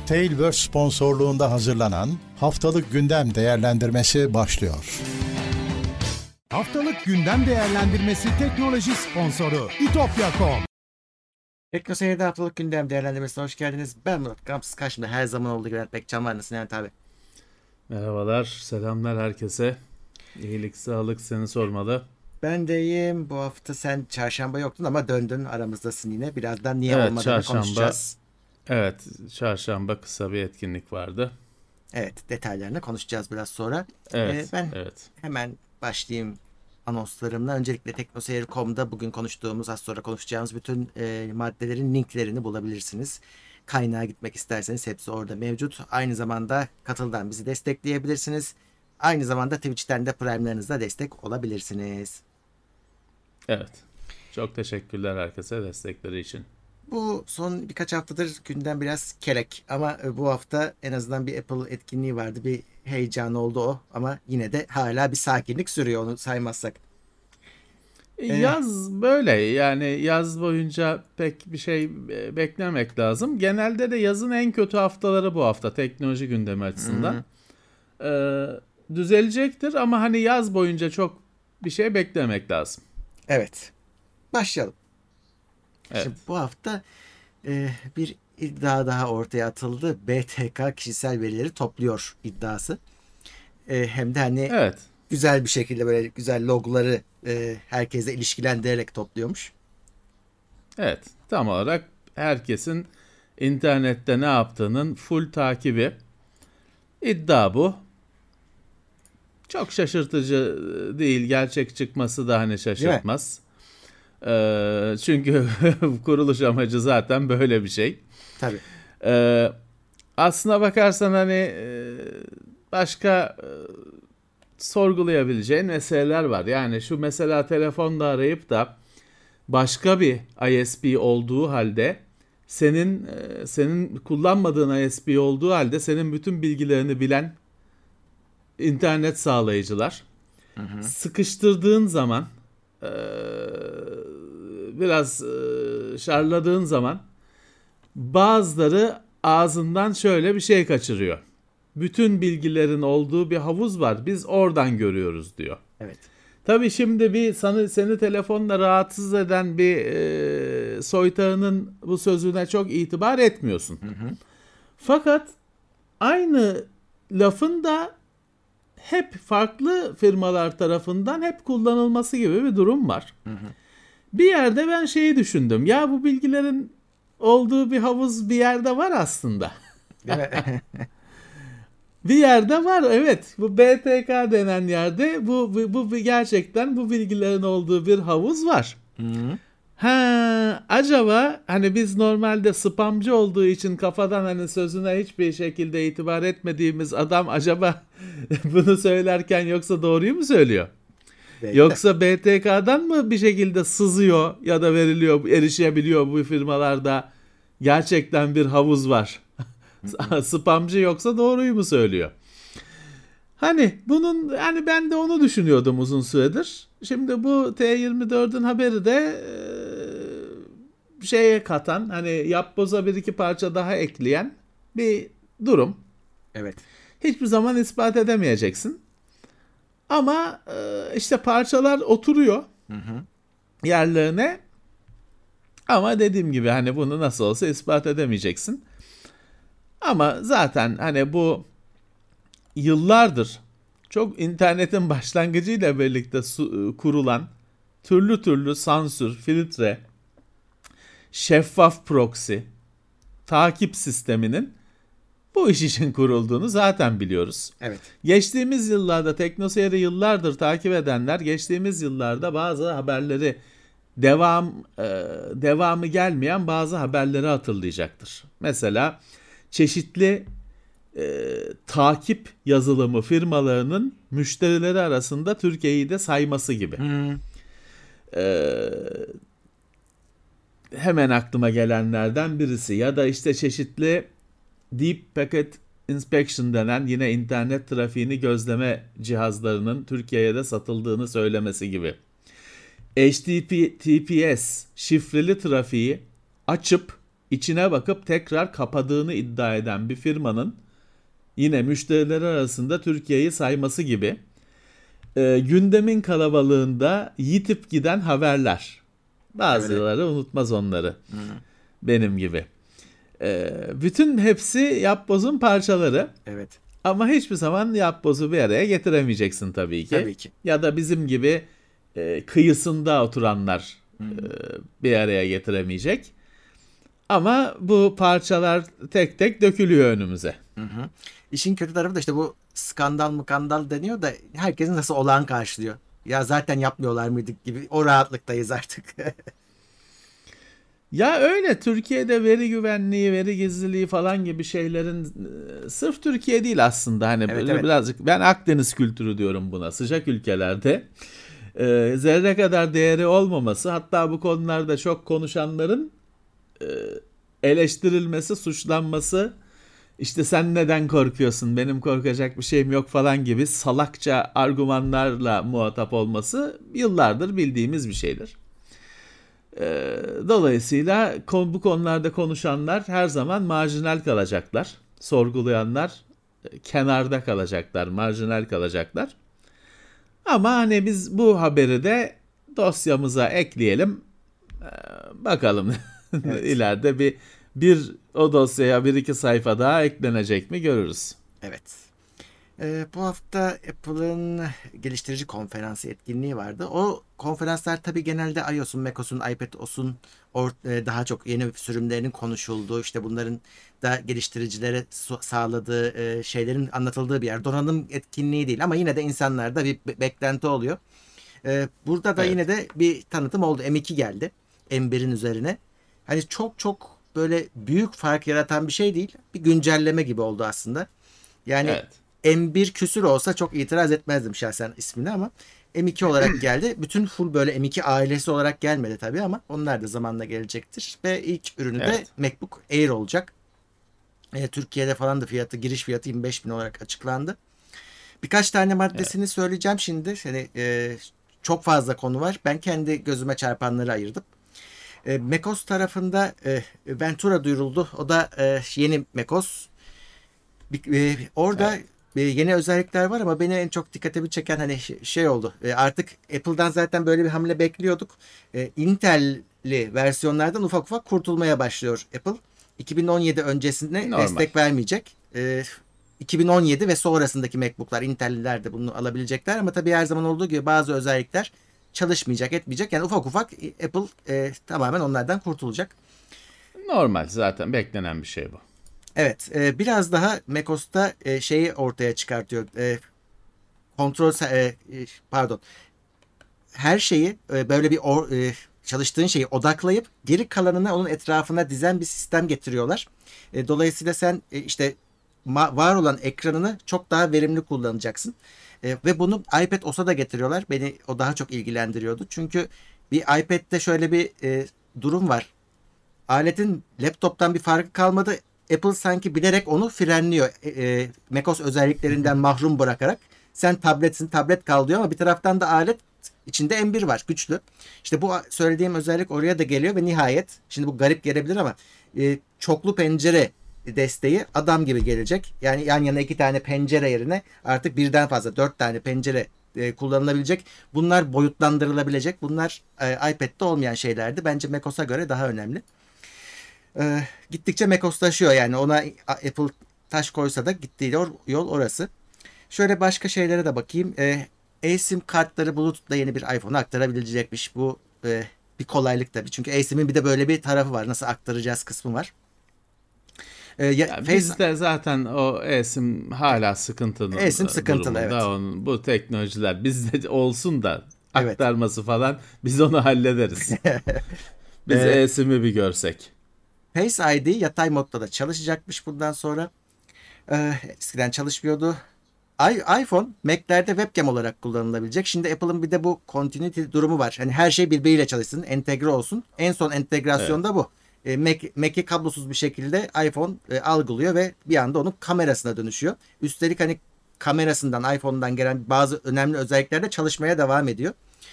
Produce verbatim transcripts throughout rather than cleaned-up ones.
Tailverse sponsorluğunda hazırlanan Haftalık Gündem Değerlendirmesi başlıyor. Haftalık Gündem Değerlendirmesi teknoloji sponsoru itopya nokta com. TeknoSeyir'de Haftalık Gündem Değerlendirmesi'ne hoş geldiniz. Ben Murat Gamsız, karşımda her zaman olduğu gibi Levent Bekcan var. Nasılsın Levent abi? Merhabalar, selamlar herkese. İyilik, sağlık seni sormalı. Ben de iyiyim. Bu hafta sen çarşamba yoktun ama döndün, aramızdasın yine. Birazdan niye Evet, olmadığını çarşamba, konuşacağız. Evet, çarşamba kısa bir etkinlik vardı. Evet, detaylarını konuşacağız biraz sonra. Evet, Ee, ben evet. hemen başlayayım anonslarımla. Öncelikle teknoseyir nokta com'da bugün konuştuğumuz, az sonra konuşacağımız bütün e, maddelerin linklerini bulabilirsiniz. Kaynağa gitmek isterseniz hepsi orada mevcut. Aynı zamanda Katıl'dan bizi destekleyebilirsiniz. Aynı zamanda Twitch'ten de Prime'larınızla destek olabilirsiniz. Evet, çok teşekkürler herkese destekleri için. Bu son birkaç haftadır gündem biraz kelek ama bu hafta en azından bir Apple etkinliği vardı. Bir heyecan oldu o ama yine de hala bir sakinlik sürüyor onu saymazsak. Yaz böyle, yani yaz boyunca pek bir şey beklemek lazım. Genelde de yazın en kötü haftaları bu hafta teknoloji gündemi açısından. Ee, düzelecektir ama hani yaz boyunca çok bir şey beklemek lazım. Evet. Başlayalım. Evet. Şimdi bu hafta e, bir iddia daha ortaya atıldı. B T K kişisel verileri topluyor iddiası. E, hem de hani Evet. güzel bir şekilde böyle güzel logları e, herkese ilişkilendirerek topluyormuş. Evet, tam olarak herkesin internette ne yaptığının full takibi. İddia bu. Çok şaşırtıcı değil, gerçek çıkması da hani şaşırtmaz. Ee, çünkü kuruluş amacı zaten böyle bir şey. Tabii. Ee, aslına bakarsan hani başka e, sorgulayabileceğin meseleler var. Yani şu mesela telefonda arayıp da başka bir I S P olduğu halde senin e, senin kullanmadığın I S P olduğu halde senin bütün bilgilerini bilen internet sağlayıcılar. Hı hı. Sıkıştırdığın zaman e, biraz e, şarladığın zaman bazıları ağzından şöyle bir şey kaçırıyor. Bütün bilgilerin olduğu bir havuz var. Biz oradan görüyoruz diyor. Evet. Tabii şimdi bir seni, seni telefonla rahatsız eden bir e, soytağının bu sözüne çok itibar etmiyorsun. Hı hı. Fakat aynı lafın da hep farklı firmalar tarafından hep kullanılması gibi bir durum var. Hı hı. Bir yerde ben şeyi düşündüm. Ya bu bilgilerin olduğu bir havuz bir yerde var aslında. Bir yerde var, evet. Bu B T K denen yerde bu bu, bu gerçekten bu bilgilerin olduğu bir havuz var. Hı hı. Ha, acaba hani biz normalde spamcı olduğu için kafadan hani sözüne hiçbir şekilde itibar etmediğimiz adam acaba bunu söylerken yoksa doğruyu mu söylüyor? Belki. Yoksa B T K'dan mı bir şekilde sızıyor ya da veriliyor, erişebiliyor bu firmalarda gerçekten bir havuz var? Spamcı yoksa doğruyu mu söylüyor? Hani bunun, yani ben de onu düşünüyordum uzun süredir. Şimdi bu T yirmi dördün haberi de e, şeye katan, hani yapboza bir iki parça daha ekleyen bir durum. Evet. Hiçbir zaman ispat edemeyeceksin. Ama e, işte parçalar oturuyor hı hı. yerlerine. Ama dediğim gibi hani bunu nasıl olsa ispat edemeyeceksin. Ama zaten hani bu yıllardır çok internetin başlangıcıyla birlikte su, kurulan türlü türlü sansür, filtre, şeffaf proxy, takip sisteminin bu iş için kurulduğunu zaten biliyoruz. Evet. Geçtiğimiz yıllarda teknoseyri yıllardır takip edenler geçtiğimiz yıllarda bazı haberleri devam e, devamı gelmeyen bazı haberleri hatırlayacaktır. Mesela çeşitli e, takip yazılımı firmalarının müşterileri arasında Türkiye'yi de sayması gibi. Hmm. E, hemen aklıma gelenlerden birisi ya da işte çeşitli Deep Packet Inspection denen yine internet trafiğini gözleme cihazlarının Türkiye'ye de satıldığını söylemesi gibi. H T T P S şifreli trafiği açıp içine bakıp tekrar kapadığını iddia eden bir firmanın yine müşterileri arasında Türkiye'yi sayması gibi e, gündemin kalabalığında yitip giden haberler. Bazıları evet. unutmaz onları. Hı. Benim gibi. E, bütün hepsi yapbozun parçaları. Evet. Ama hiçbir zaman yapbozu bir araya getiremeyeceksin tabii ki. Tabii ki. Ya da bizim gibi e, kıyısında oturanlar e, bir araya getiremeyecek. Ama bu parçalar tek tek dökülüyor önümüze. Hı hı. İşin kötü tarafı da işte bu skandal mıkandal deniyor da herkesin nasıl olağan karşılıyor. Ya zaten yapmıyorlar mıydık gibi o rahatlıktayız artık. Ya öyle Türkiye'de veri güvenliği, veri gizliliği falan gibi şeylerin e, sırf Türkiye değil aslında. Hani evet, evet. birazcık ben Akdeniz kültürü diyorum buna. Sıcak ülkelerde e, zerre kadar değeri olmaması, hatta bu konularda çok konuşanların e, eleştirilmesi, suçlanması, işte sen neden korkuyorsun, benim korkacak bir şeyim yok falan gibi salakça argümanlarla muhatap olması yıllardır bildiğimiz bir şeydir. Dolayısıyla bu konularda konuşanlar her zaman marjinal kalacaklar. Sorgulayanlar kenarda kalacaklar, marjinal kalacaklar. Ama hani biz bu haberi de dosyamıza ekleyelim. Bakalım evet. ileride bir bir o dosyaya bir iki sayfa daha eklenecek mi görürüz. Evet. Ee, bu hafta Apple'ın geliştirici konferansı etkinliği vardı. O konferanslar tabii genelde iOS'un, macOS'un, iPadOS'un or- daha çok yeni sürümlerinin konuşulduğu, işte bunların da geliştiricilere sağladığı e, şeylerin anlatıldığı bir yer. Donanım etkinliği değil ama yine de insanlarda bir be- beklenti oluyor. Ee, burada da evet. yine de bir tanıtım oldu. M iki geldi. M bir'in üzerine. Hani çok çok böyle büyük fark yaratan bir şey değil. Bir güncelleme gibi oldu aslında. Yani evet. M bir küsür olsa çok itiraz etmezdim şahsen ismini ama M iki olarak geldi. Bütün full böyle M iki ailesi olarak gelmedi tabii ama onlar da zamanla gelecektir. Ve ilk ürünü evet. de MacBook Air olacak. E, Türkiye'de falan da fiyatı, giriş fiyatı yirmi beş bin olarak açıklandı. Birkaç tane maddesini evet. söyleyeceğim şimdi. Yani, e, çok fazla konu var. Ben kendi gözüme çarpanları ayırdım. E, macOS tarafında e, Ventura duyuruldu. O da e, yeni macOS. E, orada evet. yeni özellikler var ama beni en çok dikkatimi çeken hani şey oldu. Artık Apple'dan zaten böyle bir hamle bekliyorduk. Intel'li versiyonlardan ufak ufak kurtulmaya başlıyor Apple. iki bin on yedi öncesinde Normal. destek vermeyecek. iki bin on yedi ve sonrasındaki MacBook'lar, Intel'liler de bunu alabilecekler ama tabii her zaman olduğu gibi bazı özellikler çalışmayacak, etmeyecek. Yani ufak ufak Apple e, tamamen onlardan kurtulacak. Normal, zaten beklenen bir şey bu. Evet, e, biraz daha macOS'ta e, şeyi ortaya çıkartıyor. E, kontrol, e, pardon, her şeyi e, böyle bir or, e, çalıştığın şeyi odaklayıp geri kalanını onun etrafına dizen bir sistem getiriyorlar. E, dolayısıyla sen e, işte ma- var olan ekranını çok daha verimli kullanacaksın. E, ve bunu iPadOS'a da getiriyorlar. Beni o daha çok ilgilendiriyordu. Çünkü bir iPad'de şöyle bir e, durum var. Aletin laptoptan bir farkı kalmadı. Apple sanki bilerek onu frenliyor. E, e, macOS özelliklerinden mahrum bırakarak. Sen tabletsin, tablet kal diyor ama bir taraftan da alet içinde M bir var, güçlü. İşte bu söylediğim özellik oraya da geliyor ve nihayet, şimdi bu garip gelebilir ama e, çoklu pencere desteği adam gibi gelecek. Yani yan yana iki tane pencere yerine artık birden fazla dört tane pencere e, kullanılabilecek. Bunlar boyutlandırılabilecek. Bunlar e, iPad'de olmayan şeylerdi. Bence macOS'a göre daha önemli. E, gittikçe macOS'laşıyor yani, ona Apple taş koysa da gittiği yol, yol orası. Şöyle başka şeylere de bakayım. E, eSIM kartları Bluetooth'la yeni bir iPhone'a aktarabilecekmiş. Bu e, bir kolaylık tabii. Çünkü eSIM'in bir de böyle bir tarafı var. Nasıl aktaracağız kısmı var. E, ya, ya Face... Bizde zaten o eSIM hala sıkıntılı. eSIM sıkıntılı, evet. Onun, bu teknolojiler bizde olsun da aktarması evet. falan, biz onu hallederiz. Biz evet. eSIM'i bir görsek. Face I D yatay modda da çalışacakmış bundan sonra. Ee, eskiden çalışmıyordu. I- iPhone Mac'lerde webcam olarak kullanılabilecek. Şimdi Apple'ın bir de bu continuity durumu var. Hani her şey birbiriyle çalışsın, entegre olsun. En son entegrasyon da evet. bu. E, Mac, Mac'i kablosuz bir şekilde iPhone e, algılıyor ve bir anda onun kamerasına dönüşüyor. Üstelik hani kamerasından, iPhone'dan gelen bazı önemli özellikler de çalışmaya devam ediyor.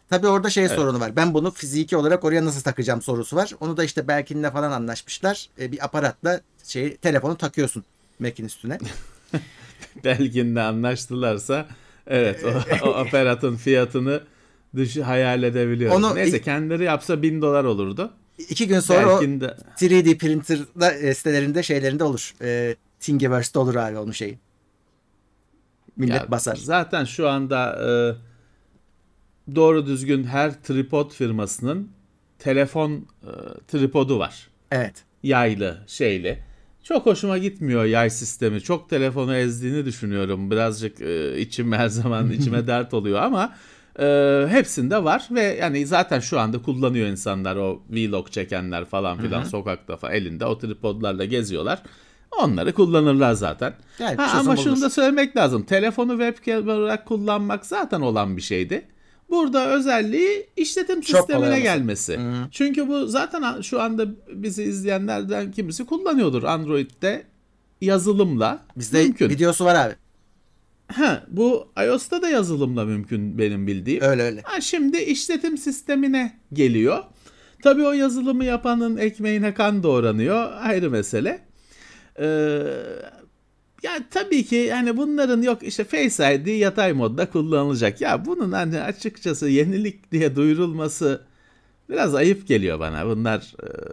Tabii orada şey Evet. sorunu var. Ben bunu fiziki olarak oraya nasıl takacağım sorusu var. Onu da işte Belkin'le falan anlaşmışlar. E, bir aparatla şey telefonu takıyorsun Mac'in üstüne. Belgin'le anlaştılarsa evet o, o aparatın fiyatını düş hayal edebiliyorum. Onu- Neyse kendileri yapsa bin dolar olurdu. İki gün sonra Belkin o de üç D printer'da e, sitelerinde şeylerinde olur. E, Thingiverse'de olur abi onun şeyi. Millet ya basar. zaten şu anda e, doğru düzgün her tripod firmasının telefon e, tripodu var. Evet. Yaylı, şeyli. Çok hoşuma gitmiyor yay sistemi. Çok telefonu ezdiğini düşünüyorum. Birazcık e, içim her zaman içime dert oluyor ama e, hepsinde var ve yani zaten şu anda kullanıyor insanlar, o vlog çekenler falan filan sokakta falan elinde o tripodlarla geziyorlar. Onları kullanırlar zaten. Yani ha, çözüm ama şunu bulunur. da söylemek lazım. Telefonu webcam olarak kullanmak zaten olan bir şeydi. Burada özelliği işletim Çok kolay sistemine olması. gelmesi. Hı. Çünkü bu zaten şu anda bizi izleyenlerden kimisi kullanıyordur Android'de yazılımla Bizde mümkün. videosu var abi. Ha, bu iOS'ta da yazılımla mümkün benim bildiğim. Öyle öyle. Ha, şimdi işletim sistemine geliyor. Tabii o yazılımı yapanın ekmeğine kan doğranıyor, ayrı mesele. Ee, ya tabii ki hani bunların yok işte Face I D yatay modda kullanılacak. Ya bunun hani açıkçası yenilik diye duyurulması biraz ayıp geliyor bana. Bunlar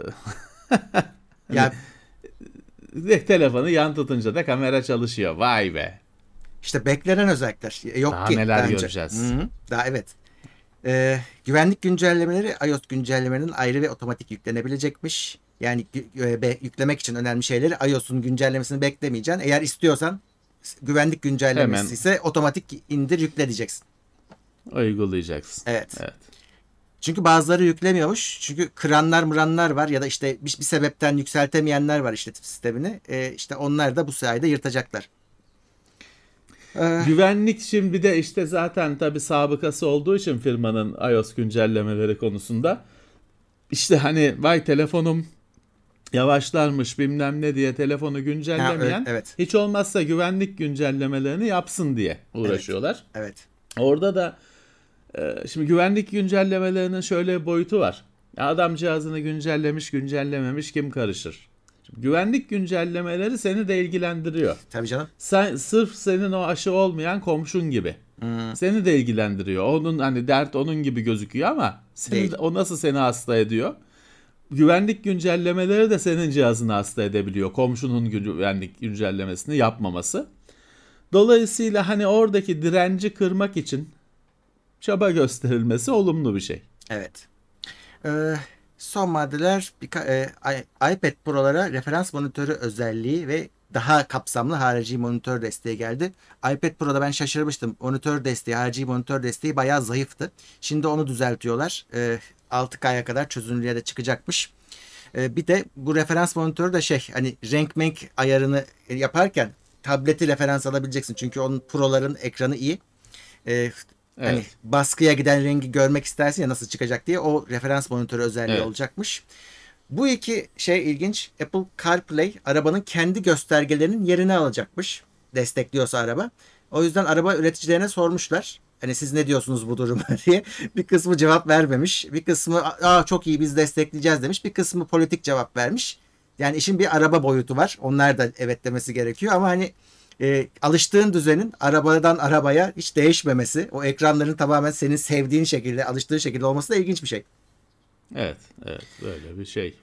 e, Ya de telefonu yan tutunca da kamera çalışıyor. Vay be. işte beklenen özellikler yok Daha ki. neler daha önce. göreceğiz. Hı hı. Daha evet. Ee, güvenlik güncellemeleri iOS güncellemelerinin ayrı ve otomatik yüklenebilecekmiş. Yani gü- e, be- yüklemek için önemli şeyleri iOS'un güncellemesini beklemeyeceksin. Eğer istiyorsan güvenlik güncellemesi Hemen. ise otomatik indir yükle diyeceksin. Uygulayacaksın. Evet. Evet. Çünkü bazıları yüklemiyormuş. Çünkü kıranlar mıranlar var ya da işte bir, bir sebepten yükseltemeyenler var işletim sistemini. Ee, işte onlar da bu sayede yırtacaklar. Ee, Güvenlik şimdi bir de işte zaten tabii sabıkası olduğu için firmanın iOS güncellemeleri konusunda işte hani vay telefonum yavaşlarmış bilmem ne diye telefonu güncellemeyen Ha, ö- evet. hiç olmazsa güvenlik güncellemelerini yapsın diye uğraşıyorlar. evet. Orada da e, şimdi güvenlik güncellemelerinin şöyle bir boyutu var. Adam cihazını güncellemiş güncellememiş kim karışır? Şimdi güvenlik güncellemeleri seni de ilgilendiriyor. Tabii canım. Sen sırf senin o aşı olmayan komşun gibi. Hmm. Seni de ilgilendiriyor. Onun hani dert onun gibi gözüküyor ama seni Değil. de- o nasıl seni hasta ediyor? Güvenlik güncellemeleri de senin cihazını hasta edebiliyor. Komşunun güvenlik güncellemesini yapmaması. Dolayısıyla hani oradaki direnci kırmak için çaba gösterilmesi olumlu bir şey. Evet. Ee, son maddeler birka- e, i- iPad Pro'lara referans monitörü özelliği ve daha kapsamlı harici monitör desteği geldi. iPad Pro'da ben şaşırmıştım. Monitör desteği, harici monitör desteği bayağı zayıftı. Şimdi onu düzeltiyorlar. Ee, altı K'ya kadar çözünürlüğe de çıkacakmış. Ee, bir de bu referans monitörü de şey hani renk menk ayarını yaparken tableti referans alabileceksin. Çünkü onun Pro'ların ekranı iyi. Ee, Hani Evet. baskıya giden rengi görmek istersin ya nasıl çıkacak diye o referans monitörü özelliği Evet. olacakmış. Bu iki şey ilginç. Apple CarPlay arabanın kendi göstergelerinin yerini alacakmış. Destekliyorsa araba. O yüzden araba üreticilerine sormuşlar. Hani siz ne diyorsunuz bu duruma diye. Bir kısmı cevap vermemiş. Bir kısmı aa çok iyi biz destekleyeceğiz demiş. Bir kısmı politik cevap vermiş. Yani işin bir araba boyutu var. Onlar da evet demesi gerekiyor ama hani e, alıştığın düzenin arabadan arabaya hiç değişmemesi, o ekranların tamamen senin sevdiğin şekilde, alıştığın şekilde olması da ilginç bir şey. Evet, evet böyle bir şey.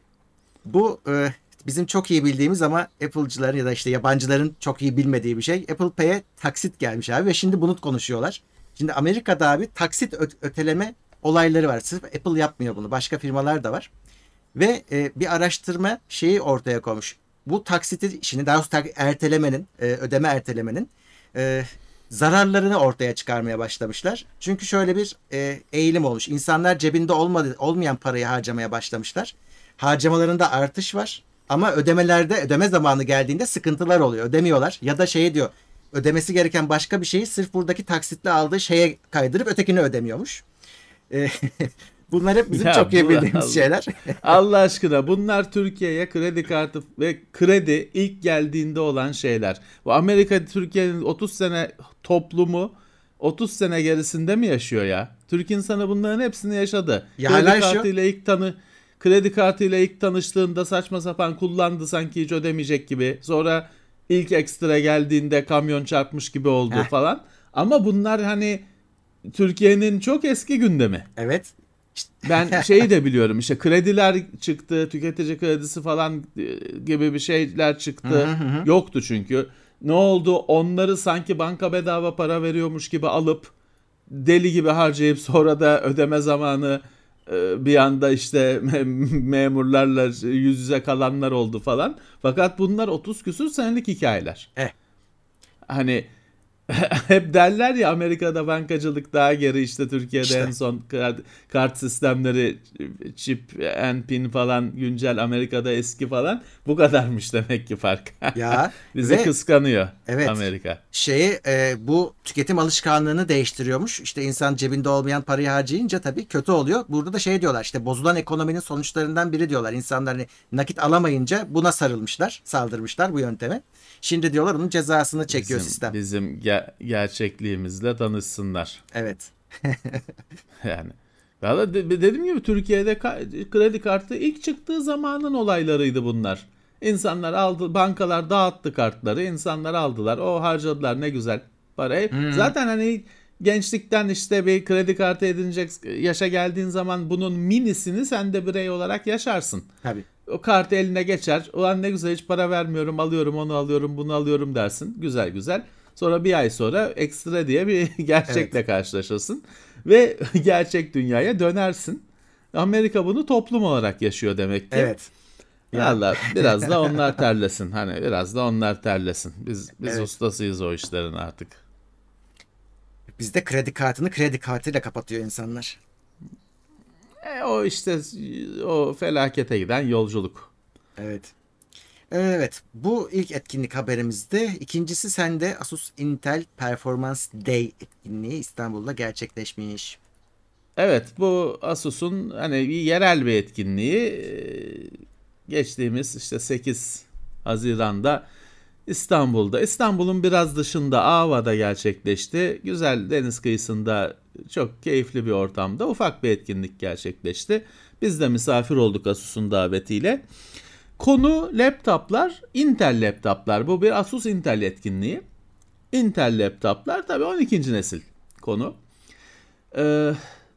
Bu e, bizim çok iyi bildiğimiz ama Apple'cıların ya da işte yabancıların çok iyi bilmediği bir şey. Apple Pay'e taksit gelmiş abi ve şimdi bunu konuşuyorlar. Şimdi Amerika'da abi taksit ö- öteleme olayları var. Sırf Apple yapmıyor bunu. Başka firmalar da var. Ve e, bir araştırma şeyi ortaya koymuş. Bu taksiti işini daha doğrusu tak- ertelemenin, e, ödeme ertelemenin e, zararlarını ortaya çıkarmaya başlamışlar. Çünkü şöyle bir e, eğilim olmuş. İnsanlar cebinde olmadı, olmayan parayı harcamaya başlamışlar. Harcamalarında artış var. Ama ödemelerde ödeme zamanı geldiğinde sıkıntılar oluyor. Ödemiyorlar. Ya da şey diyor. Ödemesi gereken başka bir şeyi sırf buradaki taksitle aldığı şeye kaydırıp ötekini ödemiyormuş. E, Bunlar hep bizim Ya çok iyi bu- bildiğimiz Allah- şeyler. Allah aşkına bunlar Türkiye'ye kredi kartı ve kredi ilk geldiğinde olan şeyler. Bu Amerika Türkiye'nin otuz sene toplumu otuz sene gerisinde mi yaşıyor ya? Türk insanı bunların hepsini yaşadı. Ya hala kredi yaşıyor. kartıyla ilk tanı kredi kartıyla ilk tanıştığında saçma sapan kullandı, sanki hiç ödemeyecek gibi. Sonra ilk ekstra geldiğinde kamyon çarpmış gibi oldu Heh. falan. Ama bunlar hani Türkiye'nin çok eski gündemi. Evet. Ben şeyi de biliyorum, işte krediler çıktı, tüketici kredisi falan gibi bir şeyler çıktı. Hı hı hı. Yoktu çünkü. Ne oldu? Onları sanki banka bedava para veriyormuş gibi alıp deli gibi harcayıp sonra da ödeme zamanı bir anda işte memurlarla yüz yüze kalanlar oldu falan. Fakat bunlar otuz küsur senelik hikayeler. Eh. Hani hep derler ya, Amerika'da bankacılık daha geri, işte Türkiye'de İşte. en son kart, kart sistemleri, chip and pin falan güncel, Amerika'da eski falan. Bu kadarmış demek ki fark. Ya Bizi ve kıskanıyor evet, Amerika. şeyi e, bu tüketim alışkanlığını değiştiriyormuş. İşte insan cebinde olmayan parayı harcayınca tabii kötü oluyor. Burada da şey diyorlar, işte bozulan ekonominin sonuçlarından biri diyorlar. İnsanlar hani nakit alamayınca buna sarılmışlar, saldırmışlar bu yönteme. Şimdi diyorlar onun cezasını çekiyor Bizim, sistem. bizim ge- gerçekliğimizle tanışsınlar. Evet. Yani. Valla de- dediğim gibi Türkiye'de ka- kredi kartı ilk çıktığı zamanın olaylarıydı bunlar. İnsanlar aldı, bankalar dağıttı kartları, insanlar aldılar, o harcadılar, ne güzel parayı. Hmm. Zaten hani gençlikten işte bir kredi kartı edinecek yaşa geldiğin zaman bunun minisini sen de birey olarak yaşarsın. Tabii. O kartı eline geçer. Ulan ne güzel, hiç para vermiyorum, alıyorum, onu alıyorum, bunu alıyorum dersin. Güzel güzel. Sonra bir ay sonra ekstra diye bir gerçekle Evet. karşılaşırsın. Ve gerçek dünyaya dönersin. Amerika bunu toplum olarak yaşıyor demek ki. Evet. Valla biraz da onlar terlesin. Hani biraz da onlar terlesin. Biz biz Evet. ustasıyız o işlerin artık. Bizde kredi kartını kredi kartıyla kapatıyor insanlar. E, o işte o felakete giden yolculuk. Evet. Evet. Bu ilk etkinlik haberimizde. İkincisi sende, Asus Intel Performance Day etkinliği İstanbul'da gerçekleşmiş. Evet, bu Asus'un hani bir yerel bir etkinliği. Ee, geçtiğimiz işte sekiz Haziran'da İstanbul'da, İstanbul'un biraz dışında Ava'da gerçekleşti. Güzel, deniz kıyısında çok keyifli bir ortamda ufak bir etkinlik gerçekleşti. Biz de misafir olduk Asus'un davetiyle. Konu laptoplar, Intel laptoplar. Bu bir Asus Intel etkinliği. Intel laptoplar tabii on ikinci nesil konu. Ee,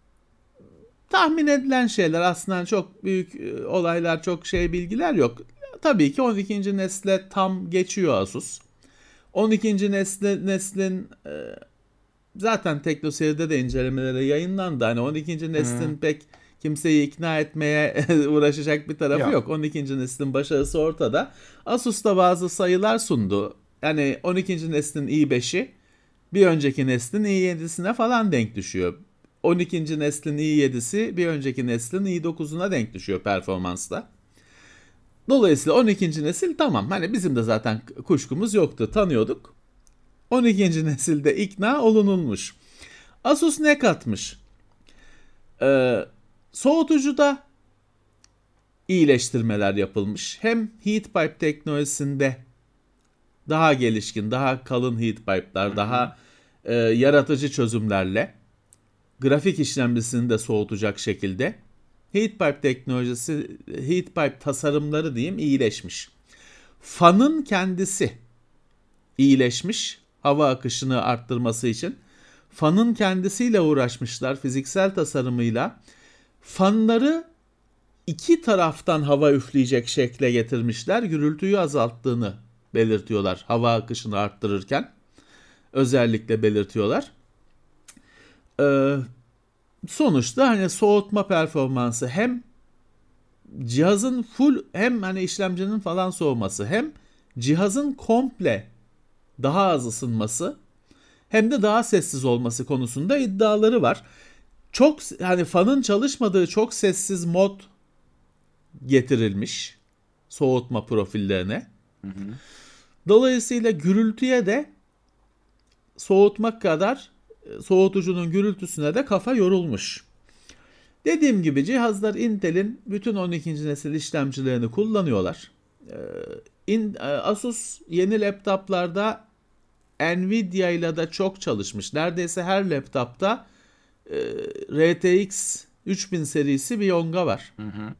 tahmin edilen şeyler, aslında çok büyük e, olaylar, çok şey bilgiler yok. Tabii ki on ikinci nesle tam geçiyor Asus. on ikinci nesli, neslin e, zaten TeknoSeyir'de de incelemeleri yayınlandı. Hani on ikinci neslin Hmm. pek kimseyi ikna etmeye uğraşacak bir tarafı Yok. yok. on ikinci neslin başarısı ortada. Asus da bazı sayılar sundu. Yani on ikinci neslin i beşi bir önceki neslin i yedisine falan denk düşüyor. on ikinci neslin i yedisi bir önceki neslin i dokuzuna denk düşüyor performansta. Dolayısıyla on ikinci nesil tamam. Hani bizim de zaten kuşkumuz yoktu, tanıyorduk. on ikinci nesilde ikna olunulmuş. Asus ne katmış? Ee, soğutucuda iyileştirmeler yapılmış. Hem heat pipe teknolojisinde daha gelişkin, daha kalın heat pipe'lar, daha e, yaratıcı çözümlerle grafik işlemcisini de soğutacak şekilde heat pipe teknolojisi, heat pipe tasarımları diyeyim, iyileşmiş. Fanın kendisi iyileşmiş, hava akışını arttırması için. Fanın kendisiyle uğraşmışlar, fiziksel tasarımıyla. Fanları iki taraftan hava üfleyecek şekle getirmişler. Gürültüyü azalttığını belirtiyorlar hava akışını arttırırken. Özellikle belirtiyorlar. Ee, sonuçta hani soğutma performansı, hem cihazın full, hem hani işlemcinin falan soğuması, hem cihazın komple daha az ısınması, hem de daha sessiz olması konusunda iddiaları var. Çok hani fanın çalışmadığı çok sessiz mod getirilmiş soğutma profillerine. Hı hı. Dolayısıyla gürültüye de soğutmak kadar soğutucunun gürültüsüne de kafa yorulmuş. Dediğim gibi cihazlar Intel'in bütün on ikinci nesil işlemcilerini kullanıyorlar. Asus yeni laptoplarda Nvidia ile de çok çalışmış. Neredeyse her laptopta e, R T X üç bin serisi bir yonga var. Hı hı.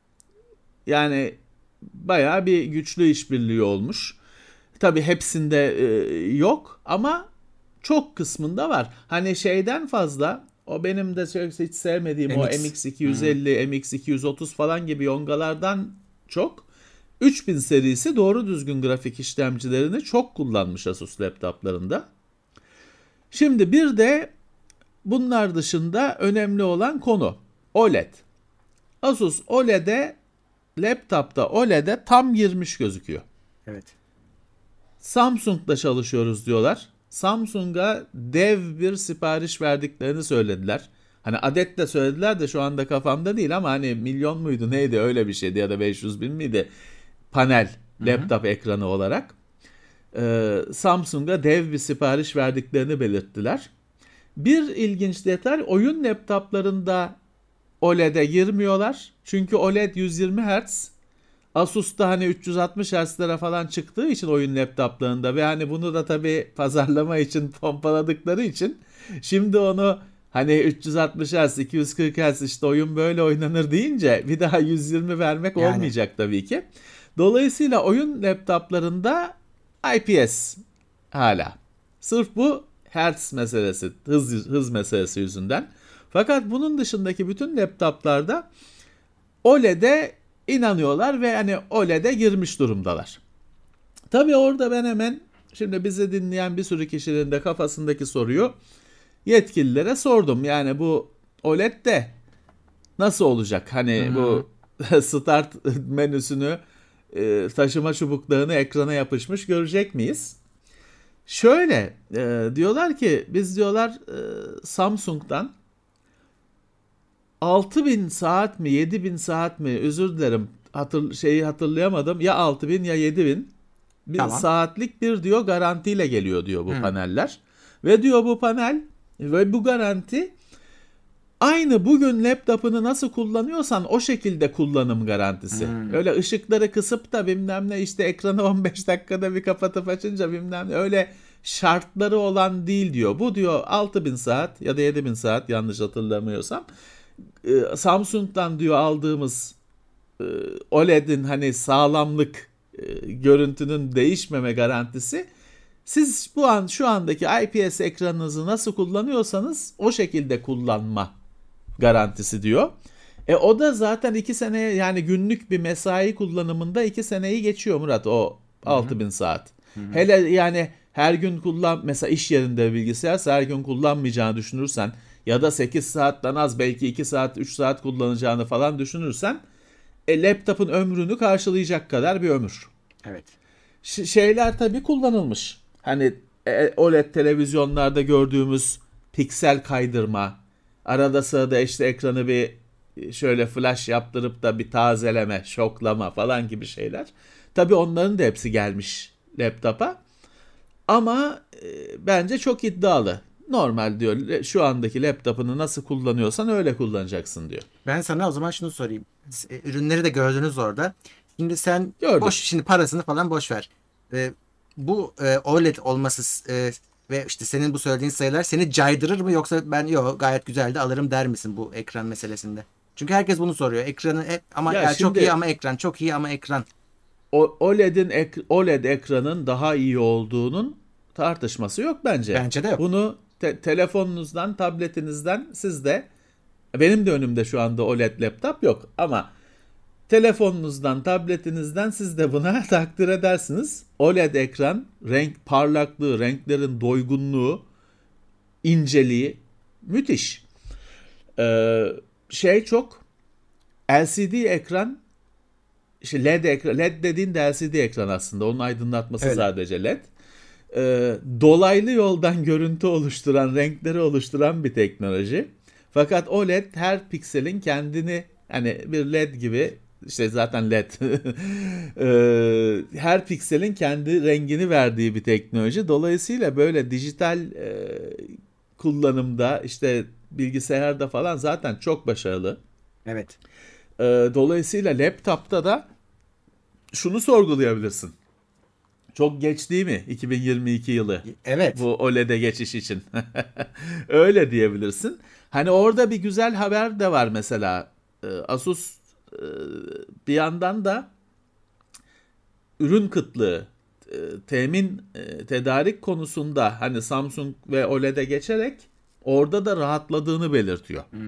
Yani bayağı bir güçlü işbirliği olmuş. Tabii hepsinde e, yok ama çok kısmında var. Hani şeyden fazla, o benim de hiç sevmediğim M X. O M X iki yüz elli, hmm. M X iki yüz otuz falan gibi yongalardan çok üç bin serisi doğru düzgün grafik işlemcilerini çok kullanmış Asus laptoplarında. Şimdi bir de bunlar dışında önemli olan konu O L E D. Asus O L E D'e, laptopta O L E D'e tam girmiş gözüküyor. Evet. Samsung'da çalışıyoruz diyorlar. Samsung'a dev bir sipariş verdiklerini söylediler. Hani adet de söylediler de şu anda kafamda değil ama hani milyon muydu neydi, öyle bir şeydi ya da beş yüz bin miydi panel, laptop Hı-hı. ekranı olarak. Ee, Samsung'a dev bir sipariş verdiklerini belirttiler. Bir ilginç detay, oyun laptoplarında O L E D'e girmiyorlar. Çünkü O L E D yüz yirmi hertz. Asus'ta hani üç yüz altmış hertzlere falan çıktığı için oyun laptoplarında ve hani bunu da tabii pazarlama için pompaladıkları için şimdi onu hani üç yüz altmış hertz, iki yüz kırk hertz işte oyun böyle oynanır deyince bir daha yüz yirmi vermek yani olmayacak tabii ki. Dolayısıyla oyun laptoplarında I P S hala. Sırf bu hertz meselesi, hız, hız meselesi yüzünden. Fakat bunun dışındaki bütün laptoplarda O L E D'e inanıyorlar ve hani O L E D'e girmiş durumdalar. Tabii orada ben hemen şimdi bizi dinleyen bir sürü kişinin de kafasındaki soruyu yetkililere sordum. Yani bu O L E D'de nasıl olacak? Hani hmm. bu start menüsünü, taşıma çubuklarını ekrana yapışmış görecek miyiz? Şöyle e, diyorlar ki biz diyorlar e, Samsung'dan altı bin saat mi yedi bin saat mi, özür dilerim hatır, şeyi hatırlayamadım, ya altı bin ya yedi bin bir tamam. saatlik bir diyor garantiyle geliyor diyor bu hmm. paneller ve diyor bu panel ve bu garanti aynı bugün laptopunu nasıl kullanıyorsan o şekilde kullanım garantisi. Hmm. Öyle ışıkları kısıp da bilmem ne işte ekranı on beş dakikada bir kapatıp açınca bilmem ne öyle şartları olan değil diyor. Bu diyor altı bin saat ya da yedi bin saat yanlış hatırlamıyorsam Samsung'dan diyor aldığımız O L E D'in hani sağlamlık, görüntünün değişmeme garantisi, siz bu an şu andaki I P S ekranınızı nasıl kullanıyorsanız o şekilde kullanma garantisi diyor. E o da zaten iki seneye, yani günlük bir mesai kullanımında iki seneyi geçiyor Murat, o altı bin saat. Hı hı. Hele yani her gün kullan, mesela iş yerinde bilgisayarsa her gün kullanmayacağını düşünürsen ya da sekiz saatten az belki iki saat üç saat kullanacağını falan düşünürsen e, laptopun ömrünü karşılayacak kadar bir ömür. Evet. Ş- şeyler tabii kullanılmış. Hani e, O L E D televizyonlarda gördüğümüz piksel kaydırma, arada sırada işte ekranı bir şöyle flash yaptırıp da bir tazeleme, şoklama falan gibi şeyler. Tabii onların da hepsi gelmiş laptopa. Ama e, bence çok iddialı. Normal diyor, şu andaki laptopunu nasıl kullanıyorsan öyle kullanacaksın diyor. Ben sana o zaman şunu sorayım. Ürünleri de gördünüz orada. Şimdi sen Gördüm. boş, şimdi parasını falan boş ver. Ee, bu e, O L E D olması e, ve işte senin bu söylediğin sayılar seni caydırır mı, yoksa ben yok gayet güzeldi alırım der misin bu ekran meselesinde? Çünkü herkes bunu soruyor. Ekranı hep ama ya ya şimdi, çok iyi ama ekran, çok iyi ama ekran. O, OLED'in ek, O L E D ekranın daha iyi olduğunun tartışması yok bence. Bence de yok. Bunu te- telefonunuzdan, tabletinizden siz de, benim de önümde şu anda O L E D laptop yok ama telefonunuzdan, tabletinizden siz de buna takdir edersiniz. O L E D ekran, renk parlaklığı, renklerin doygunluğu, inceliği müthiş. Ee, şey çok, L C D ekran, işte L E D ekran, L E D dediğin de L C D ekran aslında, onun aydınlatması evet. sadece L E D. Ee, dolaylı yoldan görüntü oluşturan, renkleri oluşturan bir teknoloji. Fakat O L E D her pikselin kendini, hani bir L E D gibi, işte zaten L E D ee, her pikselin kendi rengini verdiği bir teknoloji. Dolayısıyla böyle dijital e, kullanımda, işte bilgisayarda falan zaten çok başarılı. Evet. Ee, dolayısıyla laptopta da şunu sorgulayabilirsin. Çok geç değil mi iki bin yirmi iki yılı? Evet. Bu O L E D'e geçiş için. Öyle diyebilirsin. Hani orada bir güzel haber de var mesela. Asus bir yandan da ürün kıtlığı, temin, tedarik konusunda hani Samsung ve O L E D'e geçerek orada da rahatladığını belirtiyor. Hmm.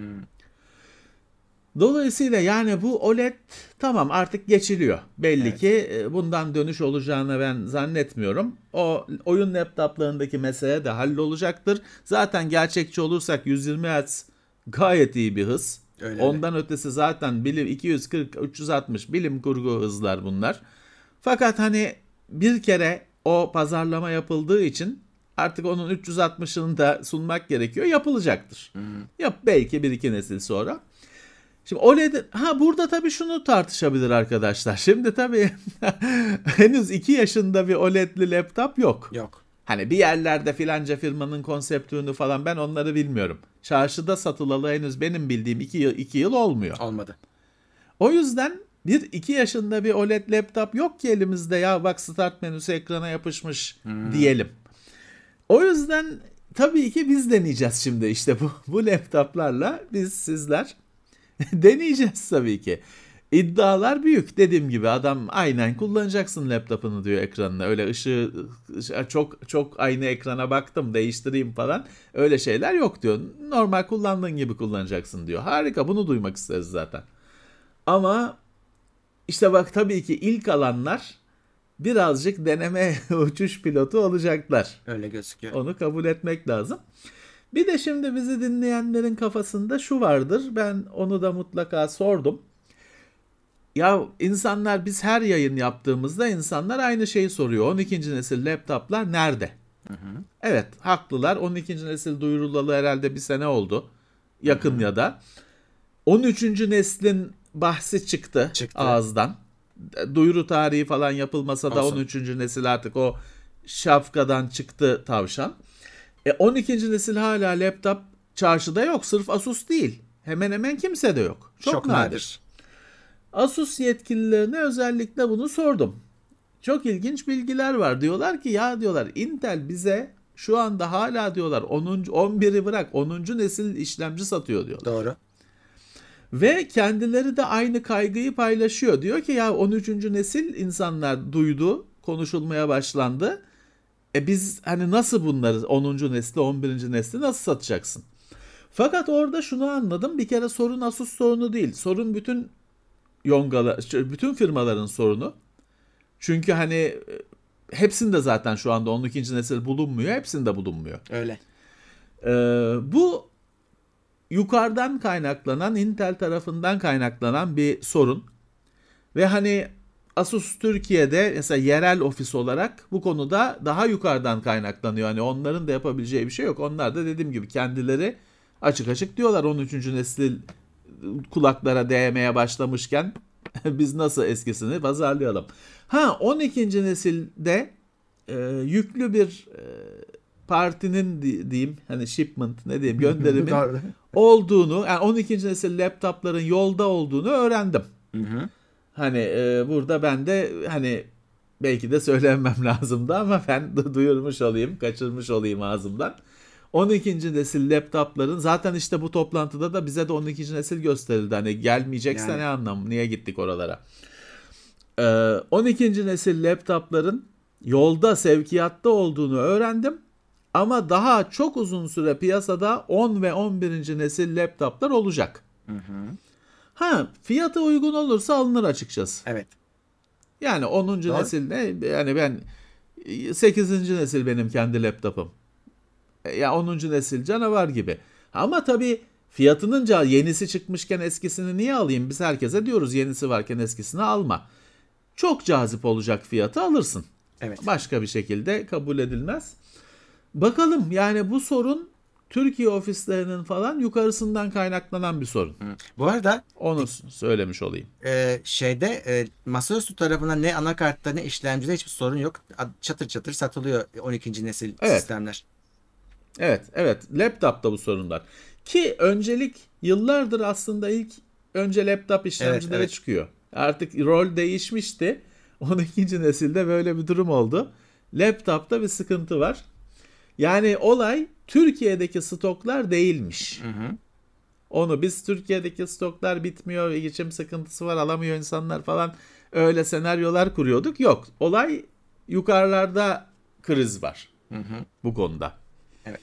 Dolayısıyla yani bu O L E D tamam artık geçiliyor. Belli evet. ki bundan dönüş olacağını ben zannetmiyorum. O oyun laptoplarındaki mesele de hallolacaktır. Zaten gerçekçi olursak yüz yirmi hertz gayet iyi bir hız. Öyle Ondan öyle. ötesi zaten bilim iki yüz kırk üç yüz altmış bilim kurgu hızlar bunlar. Fakat hani bir kere o pazarlama yapıldığı için artık onun üç yüz altmışını da sunmak gerekiyor. Yapılacaktır. Hmm. Yap belki bir iki nesil sonra. Şimdi O L E D, ha burada tabii şunu tartışabilir arkadaşlar. Şimdi tabii henüz iki yaşında bir O L E D'li laptop yok. Yok. Hani bir yerlerde filanca firmanın konseptünü falan ben onları bilmiyorum. Çarşıda satılalı henüz benim bildiğim iki yıl, iki yıl olmuyor. Olmadı. O yüzden bir iki yaşında bir O L E D laptop yok ki elimizde ya bak start menüsü ekrana yapışmış hmm. diyelim. O yüzden tabii ki biz deneyeceğiz şimdi işte bu, bu laptoplarla biz sizler deneyeceğiz tabii ki. İddialar büyük. Dediğim gibi adam aynen kullanacaksın laptopunu diyor ekranına. Öyle ışığı çok çok aynı ekrana baktım değiştireyim falan. Öyle şeyler yok diyor. Normal kullandığın gibi kullanacaksın diyor. Harika, bunu duymak isteriz zaten. Ama işte bak tabii ki ilk alanlar birazcık deneme uçuş pilotu olacaklar. Öyle gözüküyor. Onu kabul etmek lazım. Bir de şimdi bizi dinleyenlerin kafasında şu vardır. Ben onu da mutlaka sordum. Ya insanlar biz her yayın yaptığımızda insanlar aynı şeyi soruyor. on ikinci nesil laptoplar nerede? Hı hı. Evet, haklılar. on ikinci nesil duyurulalı herhalde bir sene oldu. Yakın hı hı. ya da. on üçüncü neslin bahsi çıktı, çıktı ağızdan. Duyuru tarihi falan yapılmasa da Olsun. on üçüncü nesil artık o şapkadan çıktı tavşan. E on ikinci nesil hala laptop çarşıda yok. Sırf Asus değil. Hemen hemen kimse de yok. Çok, Çok nadir. nadir. Asus yetkililerine özellikle bunu sordum. Çok ilginç bilgiler var. Diyorlar ki ya diyorlar Intel bize şu anda hala diyorlar onuncu on biri bırak onuncu nesil işlemci satıyor diyorlar. Doğru. Ve kendileri de aynı kaygıyı paylaşıyor. Diyor ki ya on üçüncü nesil insanlar duydu, konuşulmaya başlandı. E biz hani nasıl bunları onuncu nesli, on birinci nesli nasıl satacaksın? Fakat orada şunu anladım. Bir kere sorun Asus sorunu değil. Sorun bütün Yongalar, bütün firmaların sorunu. Çünkü hani hepsinde zaten şu anda on ikinci nesil bulunmuyor. Hepsinde bulunmuyor. Öyle. Ee, bu yukarıdan kaynaklanan, Intel tarafından kaynaklanan bir sorun. Ve hani Asus Türkiye'de mesela yerel ofis olarak bu konuda daha yukarıdan kaynaklanıyor. Hani onların da yapabileceği bir şey yok. Onlar da dediğim gibi kendileri açık açık diyorlar on üçüncü nesil kulaklara değmeye başlamışken biz nasıl eskisini pazarlayalım. Ha on ikinci nesilde e, yüklü bir e, partinin diyeyim hani shipment ne diyeyim gönderimin olduğunu yani on ikinci nesil laptopların yolda olduğunu öğrendim. Hı hı. Hani e, burada ben de hani belki de söylemem lazımdı ama ben de duyurmuş olayım, kaçırmış olayım ağzımdan. on ikinci nesil laptopların zaten işte bu toplantıda da bize de on ikinci nesil gösterildi. Hani gelmeyecekse yani. Ne anlamı? Niye gittik oralara? Ee, on ikinci nesil laptopların yolda sevkiyatta olduğunu öğrendim. Ama daha çok uzun süre piyasada on ve on birinci nesil laptoplar olacak. Hı hı. Ha fiyatı uygun olursa alınır açıkçası. Evet. Yani onuncu Doğru. nesil ne? Yani ben sekizinci nesil benim kendi laptopum. Ya onuncu nesil canavar gibi. Ama tabii fiyatının yenisi çıkmışken eskisini niye alayım? Biz herkese diyoruz yenisi varken eskisini alma. Çok cazip olacak fiyatı alırsın. Evet. Başka bir şekilde kabul edilmez. Bakalım yani bu sorun Türkiye ofislerinin falan yukarısından kaynaklanan bir sorun. Hı. Bu arada onu söylemiş olayım. E, şeyde e, masaüstü tarafından ne anakartta ne işlemcide hiçbir sorun yok. Çatır çatır satılıyor on ikinci nesil evet. sistemler. Evet, evet. Laptop'ta bu sorunlar. Ki öncelik yıllardır aslında ilk önce laptop işlemcileri evet, evet. çıkıyor. Artık rol değişmişti. on ikinci nesilde böyle bir durum oldu. Laptop'ta bir sıkıntı var. Yani olay Türkiye'deki stoklar değilmiş. Hı hı. Onu biz Türkiye'deki stoklar bitmiyor, geçim sıkıntısı var, alamıyor insanlar falan, öyle senaryolar kuruyorduk. Yok. Olay yukarılarda kriz var. Hı hı. Bu konuda. Evet.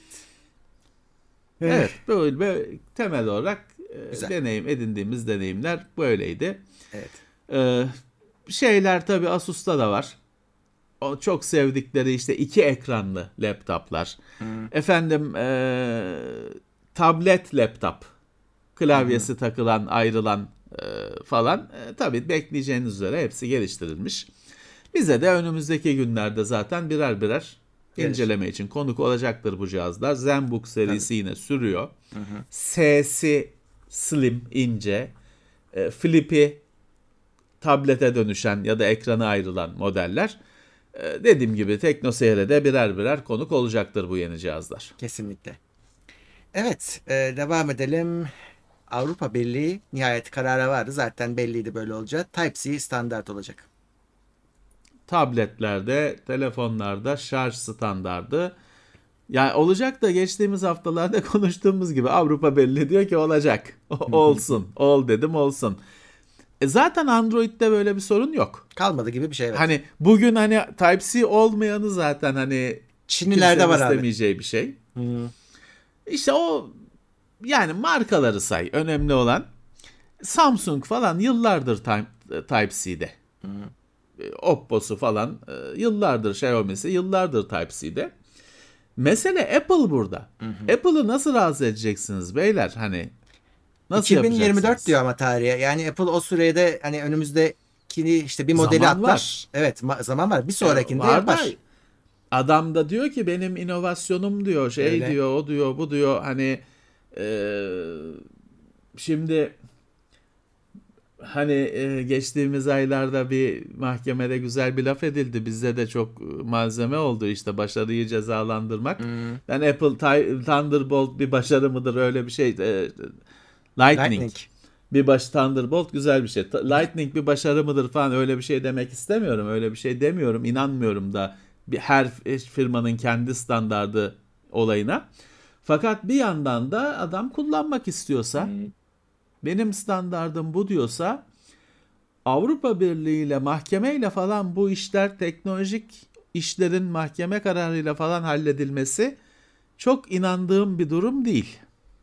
Evet. Böyle, böyle temel olarak Güzel. deneyim edindiğimiz deneyimler böyleydi. Evet. Ee, şeyler tabii Asus'ta da var. O çok sevdikleri işte iki ekranlı laptoplar. Hı. Efendim ee, tablet laptop. Klavyesi Hı. takılan, ayrılan e, falan. E, tabii bekleyeceğiniz üzere hepsi geliştirilmiş. Bize de önümüzdeki günlerde zaten birer birer Gelir. inceleme için konuk olacaktır bu cihazlar. ZenBook serisi tabii. yine sürüyor. Hı hı. S'si slim, ince, e, flip'i tablete dönüşen ya da ekrana ayrılan modeller. E, dediğim gibi TeknoSeyir'e de birer birer konuk olacaktır bu yeni cihazlar. Kesinlikle. Evet, e, devam edelim. Avrupa Birliği nihayet karara vardı. Zaten belliydi böyle olacağı. Type-C standart olacak. Tabletlerde, telefonlarda şarj standardı. Yani olacak da geçtiğimiz haftalarda konuştuğumuz gibi Avrupa Birliği diyor ki olacak. Olsun. Ol dedim olsun. E zaten Android'de böyle bir sorun yok. Kalmadı gibi bir şey. Evet. Hani bugün hani Type-C olmayanı zaten hani Çinlilerde var abi. istemeyeceği bir şey. Hmm. İşte o yani markaları say. Önemli olan Samsung falan yıllardır Type-C'de. Hmm. Oppo'su falan yıllardır, Xiaomi'si yıllardır Type-C'de. Mesele Apple burada. Hı hı. Apple'ı nasıl razı edeceksiniz beyler? Hani nasıl iki bin yirmi dört yapacaksınız? diyor ama tarihe. Yani Apple o sürede hani önümüzdeki işte bir modeli zaman atlar. Var. Evet, ma- zaman var. Bir sonrakinde var yapar. Da, adam da diyor ki benim inovasyonum diyor, şey Öyle. diyor, o diyor, bu diyor. Hani e, şimdi hani e, geçtiğimiz aylarda bir mahkemede güzel bir laf edildi. Bizde de çok malzeme oldu işte başarıyı cezalandırmak. Hmm. Ben Apple Thunderbolt bir başarı mıdır öyle bir şey. E, Lightning. Lightning. Bir baş Thunderbolt güzel bir şey. Lightning bir başarı mıdır falan öyle bir şey demek istemiyorum. Öyle bir şey demiyorum. İnanmıyorum da bir, her firmanın kendi standardı olayına. Fakat bir yandan da adam kullanmak istiyorsa hmm. benim standardım bu diyorsa Avrupa Birliği ile mahkemeyle falan bu işler teknolojik işlerin mahkeme kararıyla falan halledilmesi çok inandığım bir durum değil.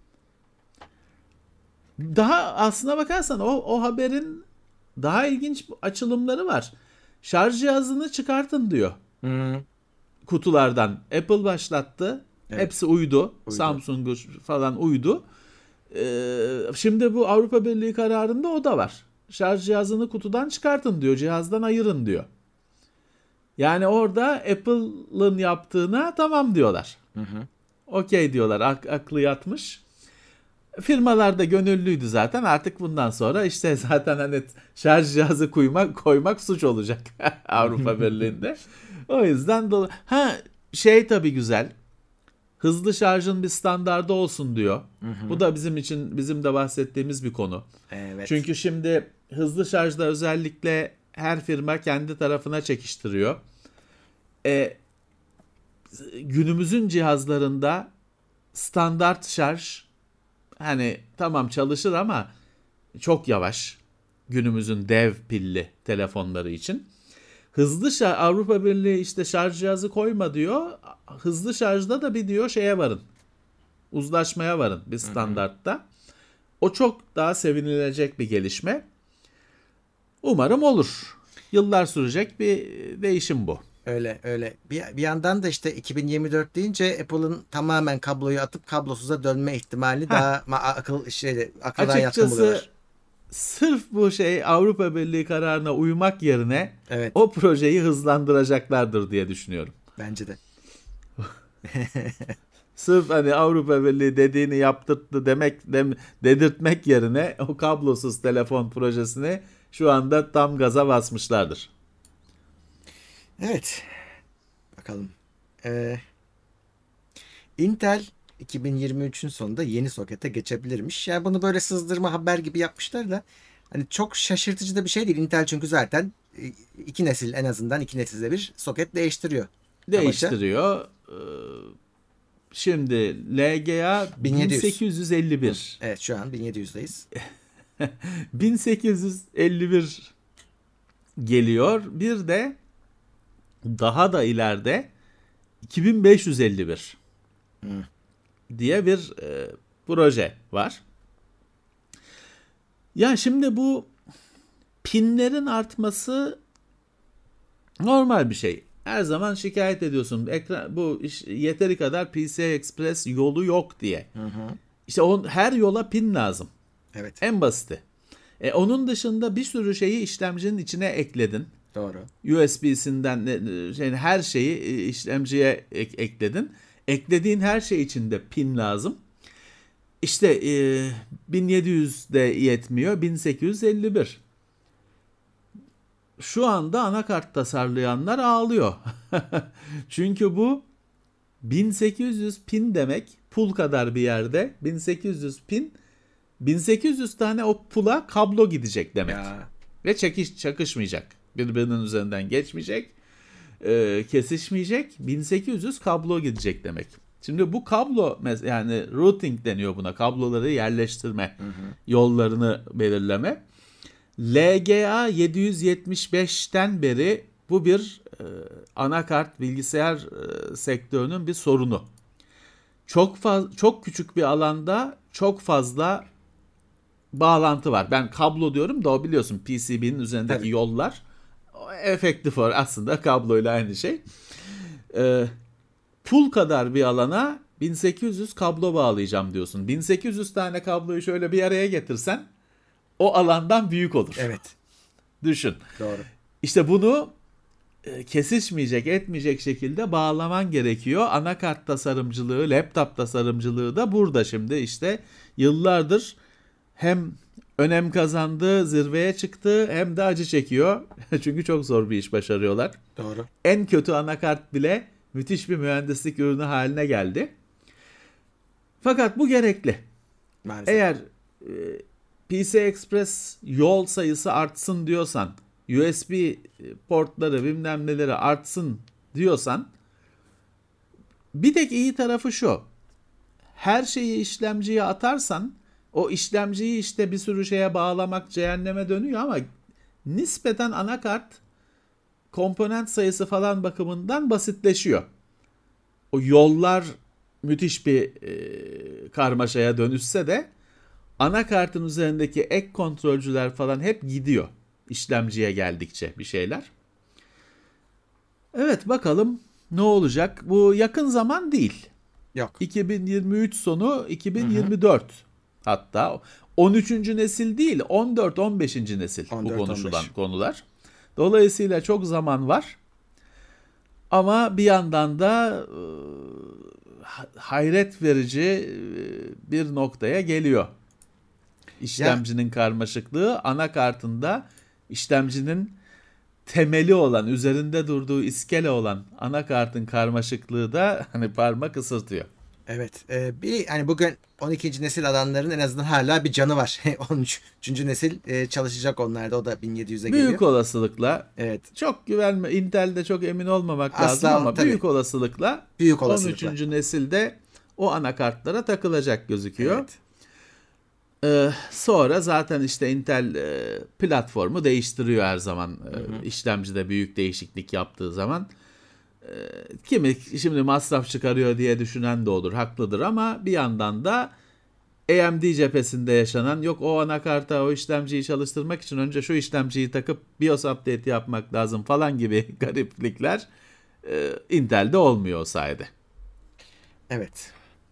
Daha aslına bakarsan o, o haberin daha ilginç açılımları var. Şarj cihazını çıkartın diyor. Hmm. Kutulardan. Apple başlattı. Evet. Hepsi uydu. uydu. Samsung falan uydu. Ee, şimdi bu Avrupa Birliği kararında o da var. Şarj cihazını kutudan çıkartın diyor. Cihazdan ayırın diyor. Yani orada Apple'ın yaptığına tamam diyorlar. Hı hı. Okey diyorlar. Ak- aklı yatmış. Firmalar da gönüllüydü zaten. Artık bundan sonra işte zaten hani şarj cihazı koymak koymak suç olacak Avrupa Birliği'nde. O yüzden dolu. Ha şey tabii güzel. Hızlı şarjın bir standardı olsun diyor. Hı hı. Bu da bizim için bizim de bahsettiğimiz bir konu. Evet. Çünkü şimdi hızlı şarjda özellikle her firma kendi tarafına çekiştiriyor. E, günümüzün cihazlarında standart şarj hani tamam çalışır ama çok yavaş. Günümüzün dev pilli telefonları için. Hızlı şarj, Avrupa Birliği işte şarj cihazı koyma diyor. Hızlı şarjda da bir diyor şeye varın. Uzlaşmaya varın bir standartta. Hı hı. O çok daha sevinilecek bir gelişme. Umarım olur. Yıllar sürecek bir değişim bu. Öyle öyle. Bir, bir yandan da işte iki bin yirmi dört deyince Apple'ın tamamen kabloyu atıp kablosuza dönme ihtimali Heh. daha ma- akıl şeyde akıldan yatkın buluyorlar. Sırf bu şey Avrupa Birliği kararına uymak yerine evet. o projeyi hızlandıracaklardır diye düşünüyorum. Bence de. Sırf hani Avrupa Birliği dediğini yaptırttı demek dem, dedirtmek yerine o kablosuz telefon projesini şu anda tam gaza basmışlardır. Evet. Bakalım. Ee, Intel iki bin yirmi üçün sonunda yeni sokete geçebilirmiş. Yani bunu böyle sızdırma haber gibi yapmışlar da hani çok şaşırtıcı da bir şey değil. Intel çünkü zaten iki nesil en azından iki nesilde bir soket değiştiriyor. Değiştiriyor. Ee, Şimdi L G A bin yedi yüz. bin sekiz yüz elli bir. Evet, şu an bin yedi yüzdeyiz. bin sekiz yüz elli bir geliyor. Bir de daha da ileride iki bin beş yüz elli bir Hı. diye bir e, proje var. Ya şimdi bu pinlerin artması normal bir şey. Her zaman şikayet ediyorsun. Ekran, bu iş, yeteri kadar P C I Express yolu yok diye. Hı hı. İşte on, her yola pin lazım. Evet. En basiti. E, onun dışında bir sürü şeyi işlemcinin içine ekledin. Doğru. U S B'sinden yani her şeyi işlemciye ek, ekledin. Eklediğin her şey için de pin lazım. İşte e, bin yedi yüz de yetmiyor. bin sekiz yüz elli bir. Şu anda anakart tasarlayanlar ağlıyor. Çünkü bu bin sekiz yüz pin demek, pul kadar bir yerde bin sekiz yüz pin, bin sekiz yüz tane o pula kablo gidecek demek. Ya. Ve çekiş, çakışmayacak. Birbirinin üzerinden geçmeyecek, e, kesişmeyecek. bin sekiz yüz kablo gidecek demek. Şimdi bu kablo, yani routing deniyor buna, kabloları yerleştirme, hı hı. yollarını belirleme. L G A yedi yüz yetmiş beşten beri bu bir e, anakart bilgisayar e, sektörünün bir sorunu. Çok fazla, çok küçük bir alanda çok fazla bağlantı var. Ben kablo diyorum da o biliyorsun P C B'nin üzerindeki Tabii. yollar efektif var, aslında kabloyla aynı şey. E, pul kadar bir alana bin sekiz yüz kablo bağlayacağım diyorsun. bin sekiz yüz tane kabloyu şöyle bir araya getirsen o alandan büyük olur. Evet. Düşün. Doğru. İşte bunu e, kesişmeyecek, etmeyecek şekilde bağlaman gerekiyor. Anakart tasarımcılığı, laptop tasarımcılığı da burada şimdi işte yıllardır hem önem kazandı, zirveye çıktı, hem de acı çekiyor. Çünkü çok zor bir iş başarıyorlar. Doğru. En kötü anakart bile müthiş bir mühendislik ürünü haline geldi. Fakat bu gerekli. Maalesef. Eğer e, P C I Express yol sayısı artsın diyorsan, U S B portları bilmem neleri artsın diyorsan, bir tek iyi tarafı şu: her şeyi işlemciye atarsan o işlemciyi işte bir sürü şeye bağlamak cehenneme dönüyor, ama nispeten anakart komponent sayısı falan bakımından basitleşiyor. O yollar müthiş bir e, karmaşaya dönüşse de anakartın üzerindeki ek kontrolcüler falan hep gidiyor işlemciye geldikçe bir şeyler. Evet, bakalım ne olacak? Bu yakın zaman değil. Yok. iki bin yirmi üç sonu iki bin yirmi dört. Hı hı. Hatta on üçüncü nesil değil, on dört on beşinci nesil on dört, bu konuşulan on beş konular. Dolayısıyla çok zaman var. Ama bir yandan da e, hayret verici e, bir noktaya geliyor. İşlemcinin ya. karmaşıklığı, anakartında işlemcinin temeli olan, üzerinde durduğu iskele olan anakartın karmaşıklığı da hani parmak ısırtıyor. Evet. E, bir hani bugün on ikinci nesil alanların en azından hala bir canı var. on üçüncü nesil e, çalışacak onlarda. O da bin yedi yüze geliyor. Büyük olasılıkla. Evet. Çok güvenme, Intel'de çok emin olmamak Asla, lazım ama tabii. büyük olasılıkla, büyük olasılıkla on üçüncü nesilde o anakartlara takılacak gözüküyor. Evet. Ee, sonra zaten işte Intel e, platformu değiştiriyor her zaman. Hı hı. İşlemcide büyük değişiklik yaptığı zaman. E, kimi şimdi masraf çıkarıyor diye düşünen de olur, haklıdır, ama bir yandan da A M D cephesinde yaşanan, yok o anakarta o işlemciyi çalıştırmak için önce şu işlemciyi takıp BIOS update yapmak lazım falan gibi gariplikler e, Intel'de olmuyor o sayede. Evet.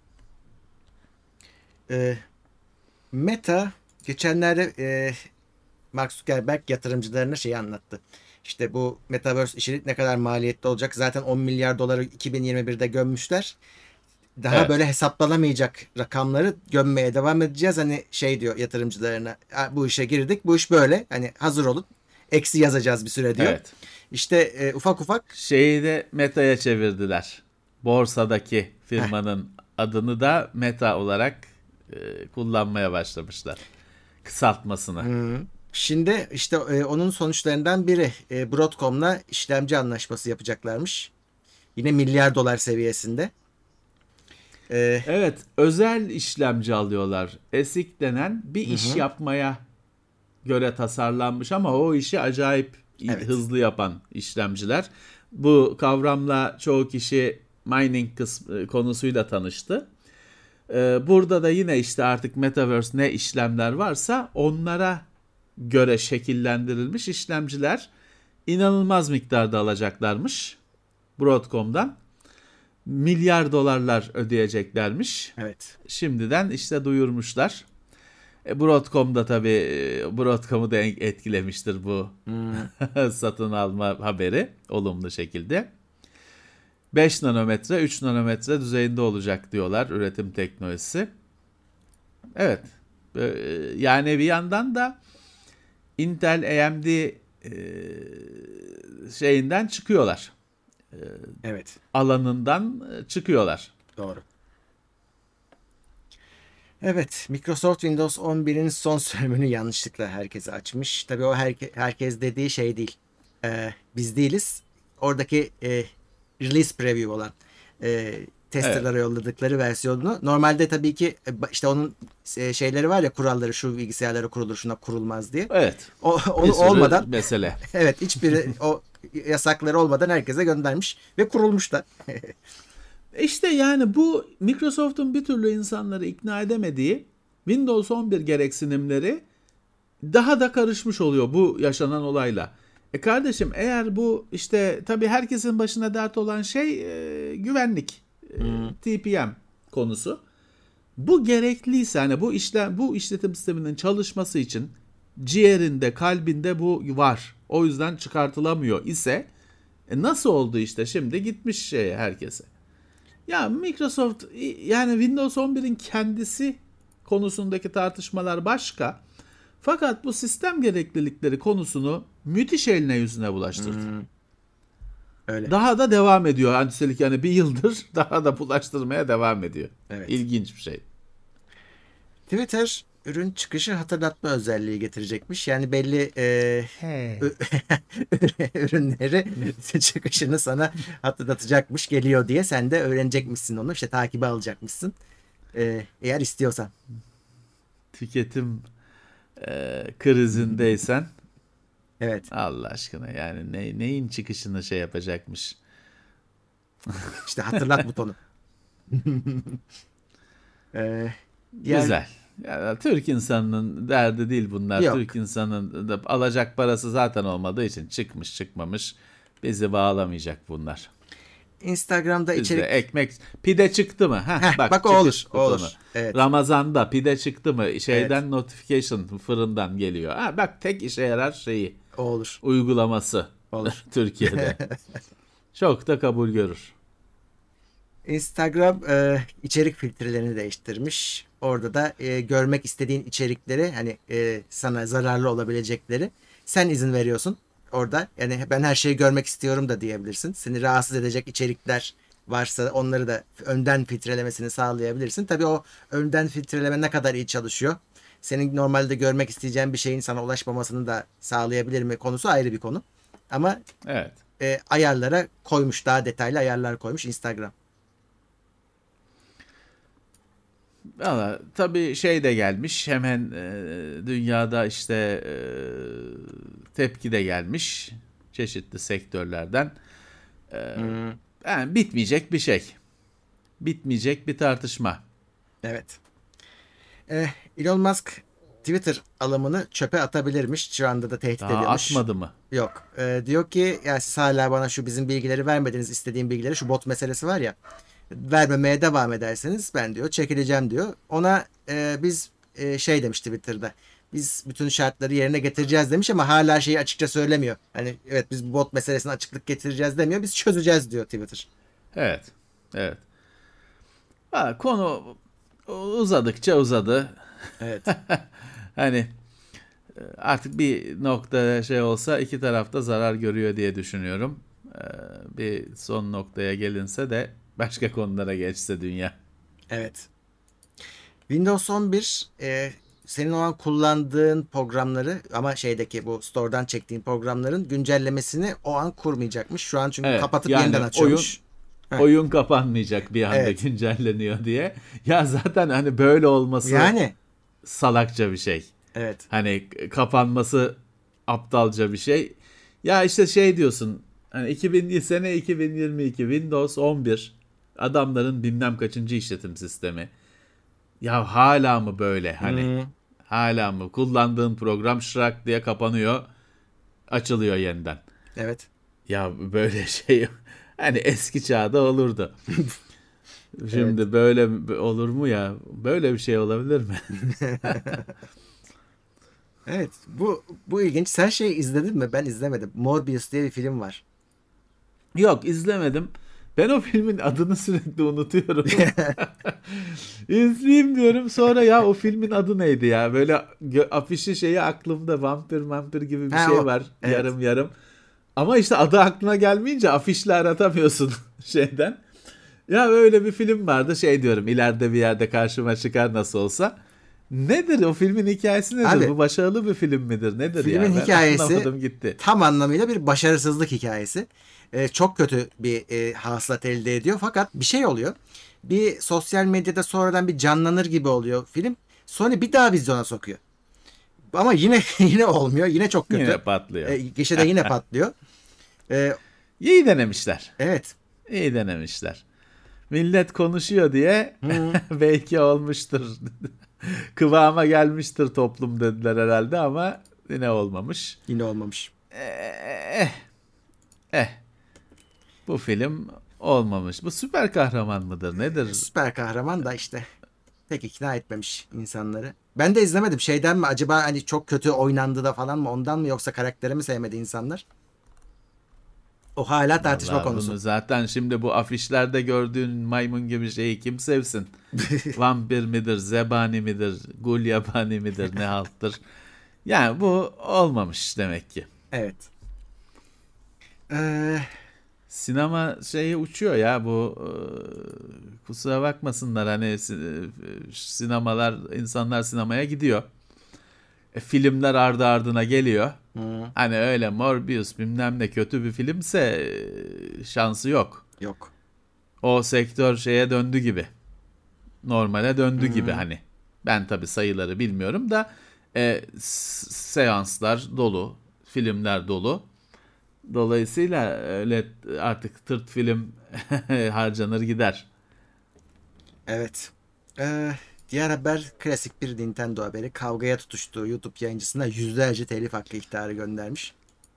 Ee, Meta geçenlerde e, Mark Zuckerberg yatırımcılarına şeyi anlattı. İşte bu Metaverse işi ne kadar maliyetli olacak? Zaten on milyar doları iki bin yirmi birde gömmüşler. Daha evet. böyle hesaplanamayacak rakamları gömmeye devam edeceğiz. Hani şey diyor yatırımcılarına, bu işe girdik, bu iş böyle. Hani hazır olun. Eksi yazacağız bir süre diyor. Evet. İşte e, ufak ufak. Şeyi de Meta'ya çevirdiler. Borsadaki firmanın Heh. adını da Meta olarak e, kullanmaya başlamışlar. Kısaltmasını. Hı. Şimdi işte e, onun sonuçlarından biri e, Broadcom'la işlemci anlaşması yapacaklarmış. Yine milyar dolar seviyesinde. E, Evet, özel işlemci alıyorlar. E S I C denen bir iş hı. yapmaya göre tasarlanmış ama o işi acayip Evet. hızlı yapan işlemciler. Bu kavramla çoğu kişi mining kısmı, konusuyla tanıştı. Ee, burada da yine işte artık Metaverse ne işlemler varsa onlara göre şekillendirilmiş işlemciler inanılmaz miktarda alacaklarmış Broadcom'dan. Milyar dolarlar ödeyeceklermiş. Evet. Şimdiden işte duyurmuşlar. E, Broadcom'da tabii e, Broadcom'u da etkilemiştir bu Hmm. satın alma haberi olumlu şekilde. beş nanometre, üç nanometre düzeyinde olacak diyorlar üretim teknolojisi. Evet. E, yani bir yandan da Intel A M D e, şeyinden çıkıyorlar. E, Evet. alanından çıkıyorlar. Doğru. Evet, Microsoft Windows on birin son sürümünü yanlışlıkla herkese açmış. Tabii o herke, herkes dediği şey değil. Ee, biz değiliz. Oradaki e, release preview olan e, testerlara yolladıkları versiyonunu. Normalde tabii ki e, işte onun e, şeyleri var ya, kuralları, şu bilgisayarlara kurulur, şuna kurulmaz diye. Evet. O, Bir onu sürü olmadan mesele. evet, hiçbiri o yasakları olmadan herkese göndermiş ve kurulmuş da. İşte yani bu Microsoft'un bir türlü insanları ikna edemediği Windows on bir gereksinimleri daha da karışmış oluyor bu yaşanan olayla. E kardeşim, eğer bu işte tabii herkesin başına dert olan şey e, güvenlik, e, Hmm. T P M konusu. Bu gerekliyse, hani bu işlem bu işletim sisteminin çalışması için ciğerinde, kalbinde bu var. O yüzden çıkartılamıyor ise e, nasıl oldu işte şimdi gitmiş şeye herkese. Ya Microsoft, yani Windows on birin kendisi konusundaki tartışmalar başka. Fakat bu sistem gereklilikleri konusunu müthiş eline yüzüne bulaştırdı. Hmm. Öyle. Daha da devam ediyor. Yani üstelik yani bir yıldır daha da bulaştırmaya devam ediyor. Evet. İlginç bir şey. Twitter ürün çıkışı hatırlatma özelliği getirecekmiş. Yani belli e, ü- ürünleri çıkışını sana hatırlatacakmış, geliyor diye. Sen de öğrenecekmişsin onu. İşte takibe alacakmışsın. E, eğer istiyorsan. Tüketim e, krizindeysen Evet. Allah aşkına, yani ne, neyin çıkışını şey yapacakmış. İşte hatırlat butonu. e, diğer- Güzel. Yani Türk insanının derdi değil bunlar. Yok. Türk insanın da alacak parası zaten olmadığı için çıkmış çıkmamış bizi bağlamayacak bunlar. Instagram'da Bizde içerik... ekmek pide çıktı mı? Heh, Heh, bak, bak o olur, çıkış o olur. butonu. Evet. Ramazan'da pide çıktı mı? Şeyden notification fırından geliyor. Ha, bak tek işe yarar şeyi. O olur. Uygulaması. Olur. Türkiye'de. Çok da kabul görür. Instagram e, içerik filtrelerini değiştirmiş. Orada da e, görmek istediğin içerikleri, hani e, sana zararlı olabilecekleri sen izin veriyorsun orada. Yani ben her şeyi görmek istiyorum da diyebilirsin. Seni rahatsız edecek içerikler varsa onları da önden filtrelemesini sağlayabilirsin. Tabii o önden filtreleme ne kadar iyi çalışıyor, senin normalde görmek isteyeceğin bir şeyin sana ulaşmamasını da sağlayabilir mi konusu ayrı bir konu. Ama Evet. e, ayarlara koymuş, daha detaylı ayarlar koymuş Instagram. Valla tabii şey de gelmiş hemen, e, dünyada işte e, tepki de gelmiş çeşitli sektörlerden. E, Hmm. Yani bitmeyecek bir şey. Bitmeyecek bir tartışma. Evet. Eh, Elon Musk Twitter alımını çöpe atabilirmiş. Şu anda da tehdit Daha ediyormuş. atmadı mı? Yok. Eh, diyor ki ya siz hala bana şu bizim bilgileri vermediniz, istediğim bilgileri, şu bot meselesi var ya, vermemeye devam ederseniz ben diyor çekileceğim diyor. Ona eh, biz eh, şey demiş Twitter'da. Biz bütün şartları yerine getireceğiz demiş ama hala şeyi açıkça söylemiyor. Hani evet biz bu bot meselesine açıklık getireceğiz demiyor. Biz çözeceğiz diyor Twitter. Evet. Evet. Ha, konu uzadıkça uzadı. Evet. Hani artık bir nokta şey olsa iki tarafta zarar görüyor diye düşünüyorum. Bir son noktaya gelinse de başka konulara geçse dünya. Evet. Windows on bir e, senin o an kullandığın programları ama şeydeki bu store'dan çektiğin programların güncellemesini o an kurmayacakmış. Şu an çünkü Evet, kapatıp yani yeniden açıyormuş. Oyun, oyun kapanmayacak bir anda Evet. güncelleniyor diye. Ya zaten hani böyle olması Yani salakça bir şey. evet. Hani kapanması aptalca bir şey. Ya işte şey diyorsun. Hani iki bin sene iki bin yirmi iki Windows on bir adamların bilmem kaçıncı işletim sistemi. Ya hala mı böyle hani? Hmm. Hala mı? Kullandığın program şırak diye kapanıyor. Açılıyor yeniden. Evet. Ya böyle şey hani eski çağda olurdu. Şimdi böyle olur mu ya? Böyle bir şey olabilir mi? Evet. Bu bu ilginç. Sen şey izledin mi? Ben izlemedim. Morbius diye bir film var. Yok, izlemedim. Ben o filmin adını sürekli unutuyorum. İzleyeyim diyorum. Sonra ya o filmin adı neydi ya? Böyle gö- afişi şeyi aklımda, vampir vampir gibi bir Ha, şey o. var. Evet. Yarım yarım. Ama işte adı aklına gelmeyince afişle aratamıyorsun şeyden. Ya öyle bir film vardı, şey diyorum, ileride bir yerde karşıma çıkar nasıl olsa. Nedir o filmin hikayesi nedir? Abi, Bu başarılı bir film midir? Nedir filmin ya? Ben hikayesi anlamadım gitti. tam anlamıyla bir başarısızlık hikayesi. Ee, çok kötü bir e, hasılat elde ediyor. Fakat bir şey oluyor. Bir sosyal medyada sonradan bir canlanır gibi oluyor film. Sonra bir daha vizyona sokuyor. Ama yine yine olmuyor. Yine çok kötü. Yine patlıyor. E, gişede yine patlıyor. E, İyi denemişler. evet. İyi denemişler. Millet konuşuyor diye belki olmuştur. Kıvama gelmiştir toplum dediler herhalde ama yine olmamış. Yine olmamış. Eh, eh. Bu film olmamış. Bu süper kahraman mıdır? Nedir? Süper kahraman da işte pek ikna etmemiş insanları. Ben de izlemedim. Şeyden mi acaba, hani çok kötü oynandı da falan mı, ondan mı, yoksa karakteri mi sevmedi insanlar? O hala tartışma Vallahi konusu. bunu zaten şimdi bu afişlerde gördüğün maymun gibi şeyi kim sevsin? Vampir midir, zebani midir, gul yabani midir, ne halttır? Yani bu olmamış demek ki. Evet. Ee, Sinema şeyi uçuyor ya bu, e, kusura bakmasınlar hani si- e, sinemalar, insanlar sinemaya gidiyor. E, filmler ardı ardına geliyor. hı, Hani öyle Morbius bilmem ne kötü bir filmse e, şansı yok. yok. O sektör şeye döndü gibi. Normale döndü gibi hani. Ben tabii sayıları bilmiyorum da e, s- seanslar dolu, filmler dolu. Dolayısıyla öyle artık tırt film harcanır gider. Evet. Ee, diğer haber klasik bir Nintendo haberi. Kavgaya tutuştuğu YouTube yayıncısına yüzlerce telif hakkı ihtarı göndermiş.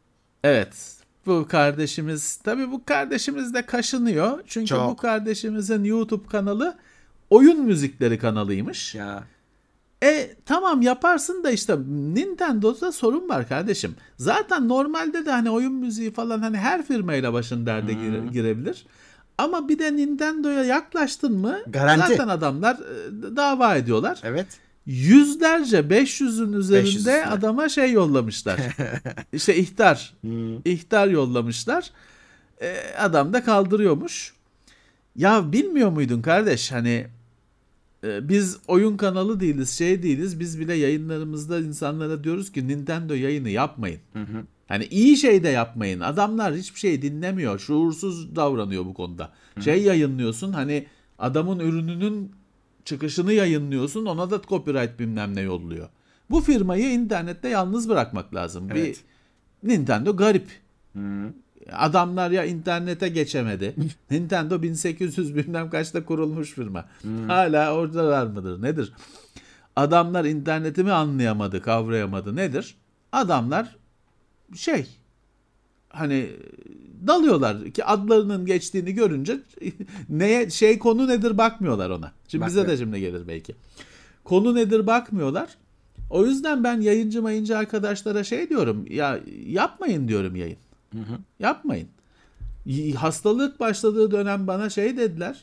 Evet. Bu kardeşimiz, tabii bu kardeşimiz de kaşınıyor. Çünkü Çok. bu kardeşimizin YouTube kanalı oyun müzikleri kanalıymış. Ya. E tamam yaparsın da işte Nintendo'da sorun var kardeşim. Zaten normalde de hani oyun müziği falan hani her firmayla başın derde gire- girebilir. Ama bir de Nintendo'ya yaklaştın mı Garanti. zaten adamlar e, dava ediyorlar. Evet. Yüzlerce, beş yüzün üzerinde beş yüz üstüne. adama şey yollamışlar. İşte ihtar. Hmm. ihtar yollamışlar. E, adam da kaldırıyormuş. Ya bilmiyor muydun kardeş hani e, biz oyun kanalı değiliz, şey değiliz. Biz bile yayınlarımızda insanlara diyoruz ki Nintendo yayını yapmayın. Hı hı. Hani iyi şey de yapmayın. Adamlar hiçbir şey dinlemiyor. Şuursuz davranıyor bu konuda. Şey yayınlıyorsun hani adamın ürününün çıkışını yayınlıyorsun. Ona da copyright bilmem ne yolluyor. Bu firmayı internette yalnız bırakmak lazım. Evet. Bir Nintendo garip. Hı. Adamlar ya internete geçemedi. Nintendo bin sekiz yüz bilmem kaçta kurulmuş firma. Hala oradalar mıdır? Nedir? Adamlar interneti mi anlayamadı, kavrayamadı? Nedir? Adamlar şey hani dalıyorlar ki adlarının geçtiğini görünce neye şey konu nedir bakmıyorlar ona. Şimdi bize de Bakmıyor. şimdi gelir belki. Konu nedir bakmıyorlar. O yüzden ben yayıncı mayıncı arkadaşlara şey diyorum ya yapmayın diyorum yayın. Hı hı. Yapmayın. Y- Hastalık başladığı dönem bana şey dediler.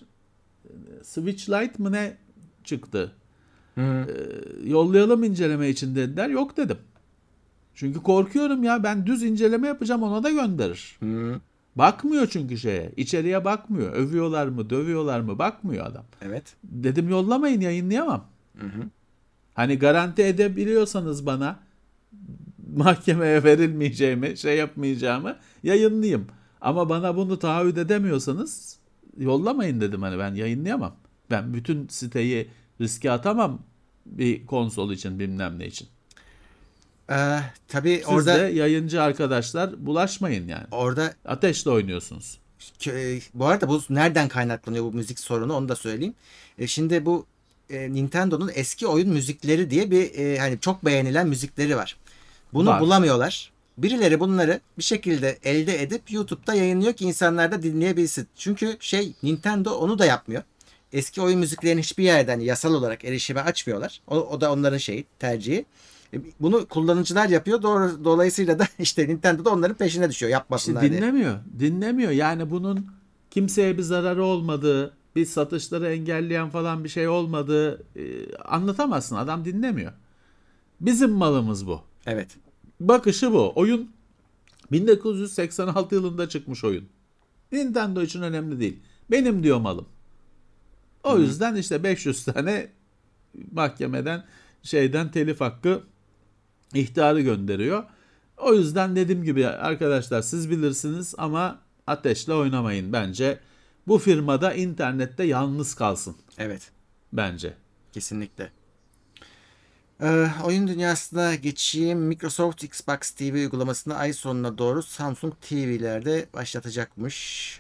Switch Lite mı ne çıktı? Hı. Ee, yollayalım inceleme için dediler. Yok dedim. Çünkü korkuyorum ya ben düz inceleme yapacağım ona da gönderir. Hı. Bakmıyor çünkü şeye. İçeriye bakmıyor. Övüyorlar mı, dövüyorlar mı bakmıyor adam. Evet. Dedim yollamayın yayınlayamam. Hı hı. Hani garanti edebiliyorsanız bana mahkemeye verilmeyeceğimi, şey yapmayacağımı yayınlayayım. Ama bana bunu taahhüt edemiyorsanız yollamayın dedim, hani ben yayınlayamam. Ben bütün siteyi riske atamam bir konsol için, bilmem ne için. Ee, tabii Siz orada de yayıncı arkadaşlar bulaşmayın yani. orada Ateşle oynuyorsunuz. Kö- bu arada bu nereden kaynaklanıyor bu müzik sorunu, onu da söyleyeyim. E, şimdi bu e, Nintendo'nun eski oyun müzikleri diye bir e, hani çok beğenilen müzikleri var. Bunu Var. bulamıyorlar. Birileri bunları bir şekilde elde edip YouTube'da yayınlıyor ki insanlar da dinleyebilsin. Çünkü şey, Nintendo onu da yapmıyor. Eski oyun müziklerini hiçbir yerden yasal olarak erişime açmıyorlar. O, o da onların şeyi, tercihi. E, Bunu kullanıcılar yapıyor. Doğru, dolayısıyla da işte Nintendo da onların peşine düşüyor. İşte Yapmasınlar diye. dinlemiyor. Dinlemiyor. Yani bunun kimseye bir zararı olmadığı, bir satışları engelleyen falan bir şey olmadığı e, anlatamazsın. Adam dinlemiyor. Bizim malımız bu. Evet. Bakışı bu. Oyun bin dokuz yüz seksen altı yılında çıkmış oyun. Nintendo için önemli değil. Benim diyor malım. O yüzden işte beş yüz tane mahkemeden şeyden telif hakkı ihtarı gönderiyor. O yüzden dediğim gibi arkadaşlar, siz bilirsiniz ama ateşle oynamayın bence. Bu firmada internette yalnız kalsın Evet. bence. Kesinlikle. Ee, oyun dünyasına geçeyim. Microsoft Xbox T V uygulamasını ay sonuna doğru Samsung T V'lerde başlatacakmış.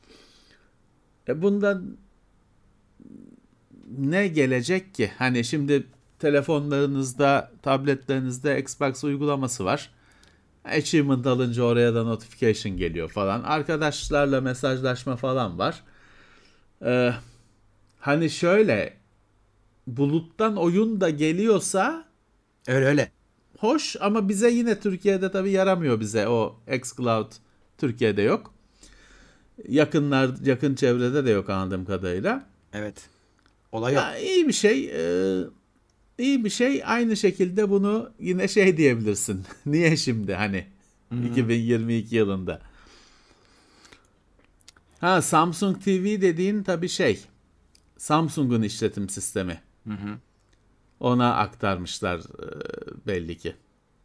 E bundan ne gelecek ki? Hani şimdi telefonlarınızda, tabletlerinizde Xbox uygulaması var. Achievement alınca oraya da notification geliyor falan. Arkadaşlarla mesajlaşma falan var. Ee, hani şöyle, buluttan oyun da geliyorsa Öyle öyle. hoş, ama bize yine Türkiye'de tabii yaramıyor bize. O xCloud Türkiye'de yok. Yakınlar, yakın çevrede de yok anladığım kadarıyla. Evet. Olay yok. Ya iyi bir şey. E, iyi bir şey. Aynı şekilde bunu yine şey diyebilirsin. Niye şimdi hani iki bin yirmi iki yılında. Ha, Samsung T V dediğin tabii şey. Samsung'un işletim sistemi. Hı hı. Ona aktarmışlar e, belli ki.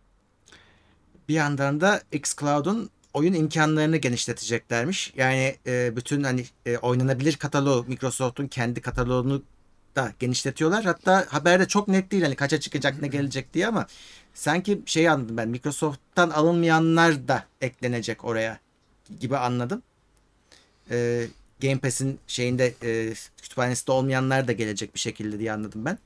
Bir yandan da xCloud'un oyun imkanlarını genişleteceklermiş. Yani e, bütün hani e, oynanabilir kataloğu, Microsoft'un kendi kataloğunu da genişletiyorlar. Hatta haberde çok net değil hani kaça çıkacak, ne gelecek diye, ama sanki şey anladım ben, Microsoft'tan alınmayanlar da eklenecek oraya gibi anladım. E, Game Pass'in şeyinde e, kütüphanesinde olmayanlar da gelecek bir şekilde diye anladım ben.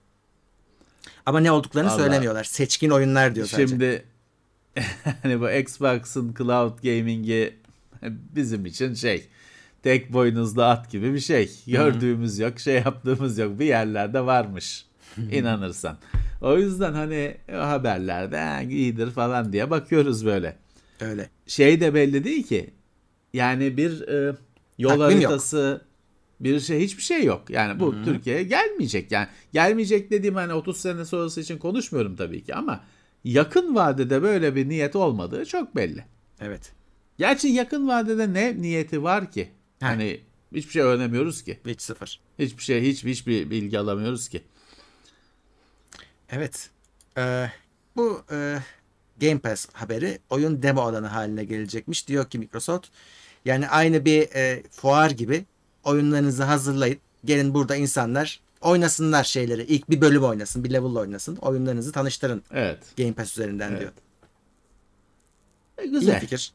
Ama ne olduklarını Vallahi söylemiyorlar. Seçkin oyunlar diyor sadece. Şimdi hani bu Xbox'ın Cloud Gaming'i bizim için şey, tek boynuzlu at gibi bir şey. Gördüğümüz yok, şey yaptığımız yok. Bir yerlerde varmış. İnanırsan. O yüzden hani haberlerde "Ha, iyidir" falan diye bakıyoruz böyle. Öyle. Şey de belli değil ki. Yani bir e, yol Takvim haritası, bir şey, hiçbir şey yok. Yani bu Türkiye'ye gelmeyecek. Yani gelmeyecek dediğim hani otuz sene sonrası için konuşmuyorum tabii ki, ama yakın vadede böyle bir niyet olmadığı çok belli. Evet. Gerçi yakın vadede ne niyeti var ki? Ha. Hani hiçbir şey öğrenemiyoruz ki. Hiç sıfır. Hiçbir şey, hiç hiçbir bilgi alamıyoruz ki. Evet. Ee, bu e, Game Pass haberi oyun demo alanı haline gelecekmiş. Diyor ki Microsoft, yani aynı bir e, fuar gibi oyunlarınızı hazırlayın. Gelin burada insanlar oynasınlar şeyleri. İlk bir bölüm oynasın, bir level oynasın. Oyunlarınızı tanıştırın Evet. Game Pass üzerinden Evet. diyor. E, İyi güzel. fikir.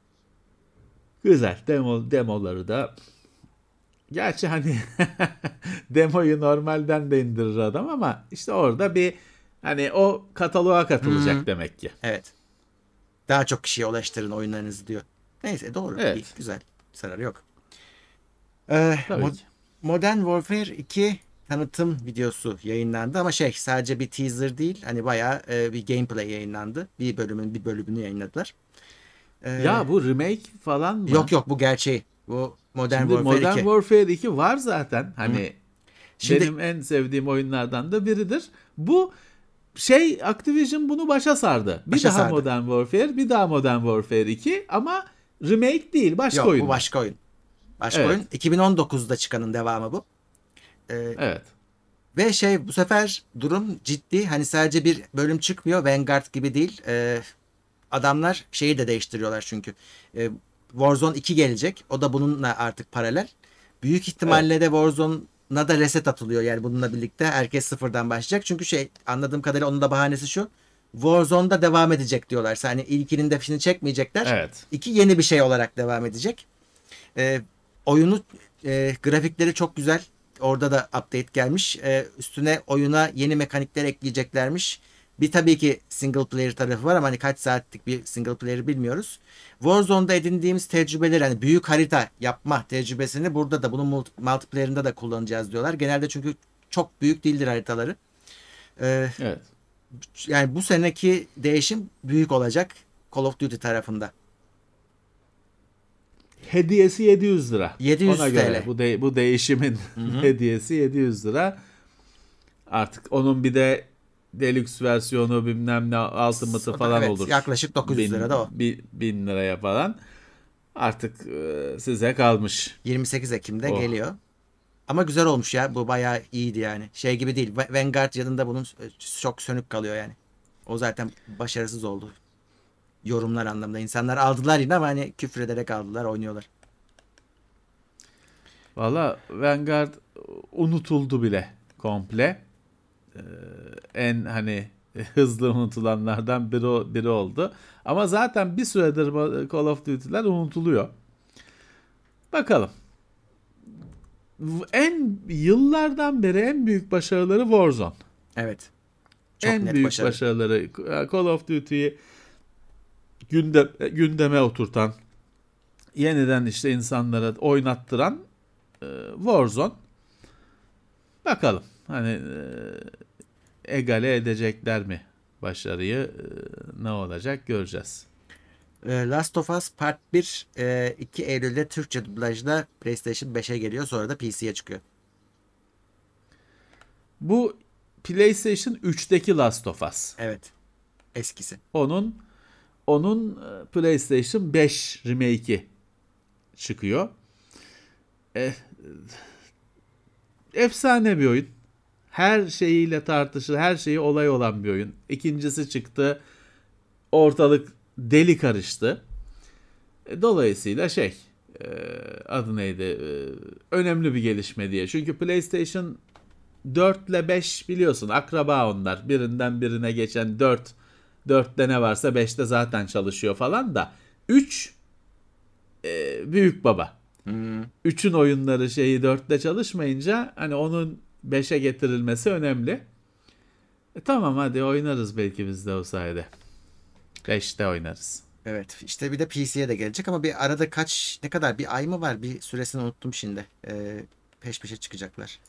Güzel. Demo, demoları da gerçi hani demoyu normalden de indirir adam, ama işte orada bir hani o kataloğa katılacak Hı-hı. demek ki. Evet. Daha çok kişiye ulaştırın oyunlarınızı diyor. Neyse, doğru. Evet. İyi, güzel. Zararı yok. Ee, Tabii Mo- ki. Modern Warfare iki tanıtım videosu yayınlandı, ama şey, sadece bir teaser değil, hani bayağı e, bir gameplay yayınlandı. Bir bölümün bir bölümünü yayınladılar. Ee, Ya bu remake falan mı? yok yok, bu gerçeği. Bu Modern Şimdi Warfare Modern iki. Warfare iki var zaten. Hani Şimdi- benim en sevdiğim oyunlardan da biridir. Bu şey, Activision bunu başa sardı. Bir Başa daha sardı. Modern Warfare, bir daha Modern Warfare iki, ama remake değil, başka Yok, oyun. bu başka oyun. Başka Evet. oyun. iki bin on dokuzda çıkanın devamı bu. Ee, Evet. Ve şey bu sefer durum ciddi. Hani sadece bir bölüm çıkmıyor. Vanguard gibi değil. Ee, adamlar şeyi de değiştiriyorlar çünkü. Ee, Warzone iki gelecek. O da bununla artık paralel. Büyük ihtimalle evet. de Warzone'a da reset atılıyor. Yani bununla birlikte herkes sıfırdan başlayacak. Çünkü şey anladığım kadarıyla onun da bahanesi şu. Warzone'da devam edecek diyorlar. Yani ilkinin de fişini çekmeyecekler. Evet. İki yeni bir şey olarak devam edecek. Ee, oyunu e, grafikleri çok güzel. Orada da update gelmiş. Ee, üstüne oyuna yeni mekanikler ekleyeceklermiş. Bir tabii ki single player tarafı var ama hani kaç saatlik bir single player bilmiyoruz. Warzone'da edindiğimiz tecrübeleri hani büyük harita yapma tecrübesini burada da bunun multiplayer'ında da kullanacağız diyorlar. Genelde çünkü çok büyük değildir haritaları. Ee, evet. Yani bu seneki değişim büyük olacak Call of Duty tarafında. Hediyesi yedi yüz lira. yedi yüz Ona T L. göre bu, de, bu değişimin hediyesi yedi yüz lira. Artık onun bir de deluxe versiyonu bilmem ne ultimate'ı falan evet, olur. Yaklaşık dokuz yüz lira da o. Bin, bin liraya falan. Artık e, size kalmış. yirmi sekiz Ekim'de oh. geliyor. Ama güzel olmuş ya. Bu bayağı iyiydi yani. Şey gibi değil. Vanguard yanında bunun çok sönük kalıyor yani. O zaten başarısız oldu. Yorumlar anlamında. İnsanlar aldılar yine ama hani küfür ederek aldılar, oynuyorlar. Valla Vanguard unutuldu bile komple. Ee, en hani hızlı unutulanlardan biri, biri oldu. Ama zaten bir süredir Call of Duty'ler unutuluyor. Bakalım. En yıllardan beri en büyük başarıları Warzone. Evet. Çok en net büyük başarı. başarıları Call of Duty'yi günde, gündeme oturtan, yeniden işte insanlara oynattıran e, Warzone. Bakalım hani e, egale edecekler mi başarıyı, e, ne olacak göreceğiz. Last of Us Part bir iki Eylül'de Türkçe dublajla PlayStation beşe geliyor. Sonra da P C'ye çıkıyor. Bu PlayStation üçteki Last of Us. Evet. Eskisi. Onun onun PlayStation beş remake'i çıkıyor. E, efsane bir oyun. Her şeyiyle tartışılır, her şeyi olay olan bir oyun. İkincisi çıktı. Ortalık deli karıştı. Dolayısıyla şey, adı neydi? Önemli bir gelişme diye. Çünkü PlayStation dört ile beş biliyorsun akraba onlar. Birinden birine geçen dört, dörtte ne varsa beşte zaten çalışıyor falan da. üç büyük baba. Hmm. üçün oyunları şeyi dörtte çalışmayınca hani onun beşe getirilmesi önemli. E, tamam hadi oynarız belki biz de o sayede. beşte oynarız. Evet. İşte bir de P C'ye de gelecek ama bir arada kaç ne kadar bir ay mı var? Bir süresini unuttum şimdi. Ee, peş peşe çıkacaklar.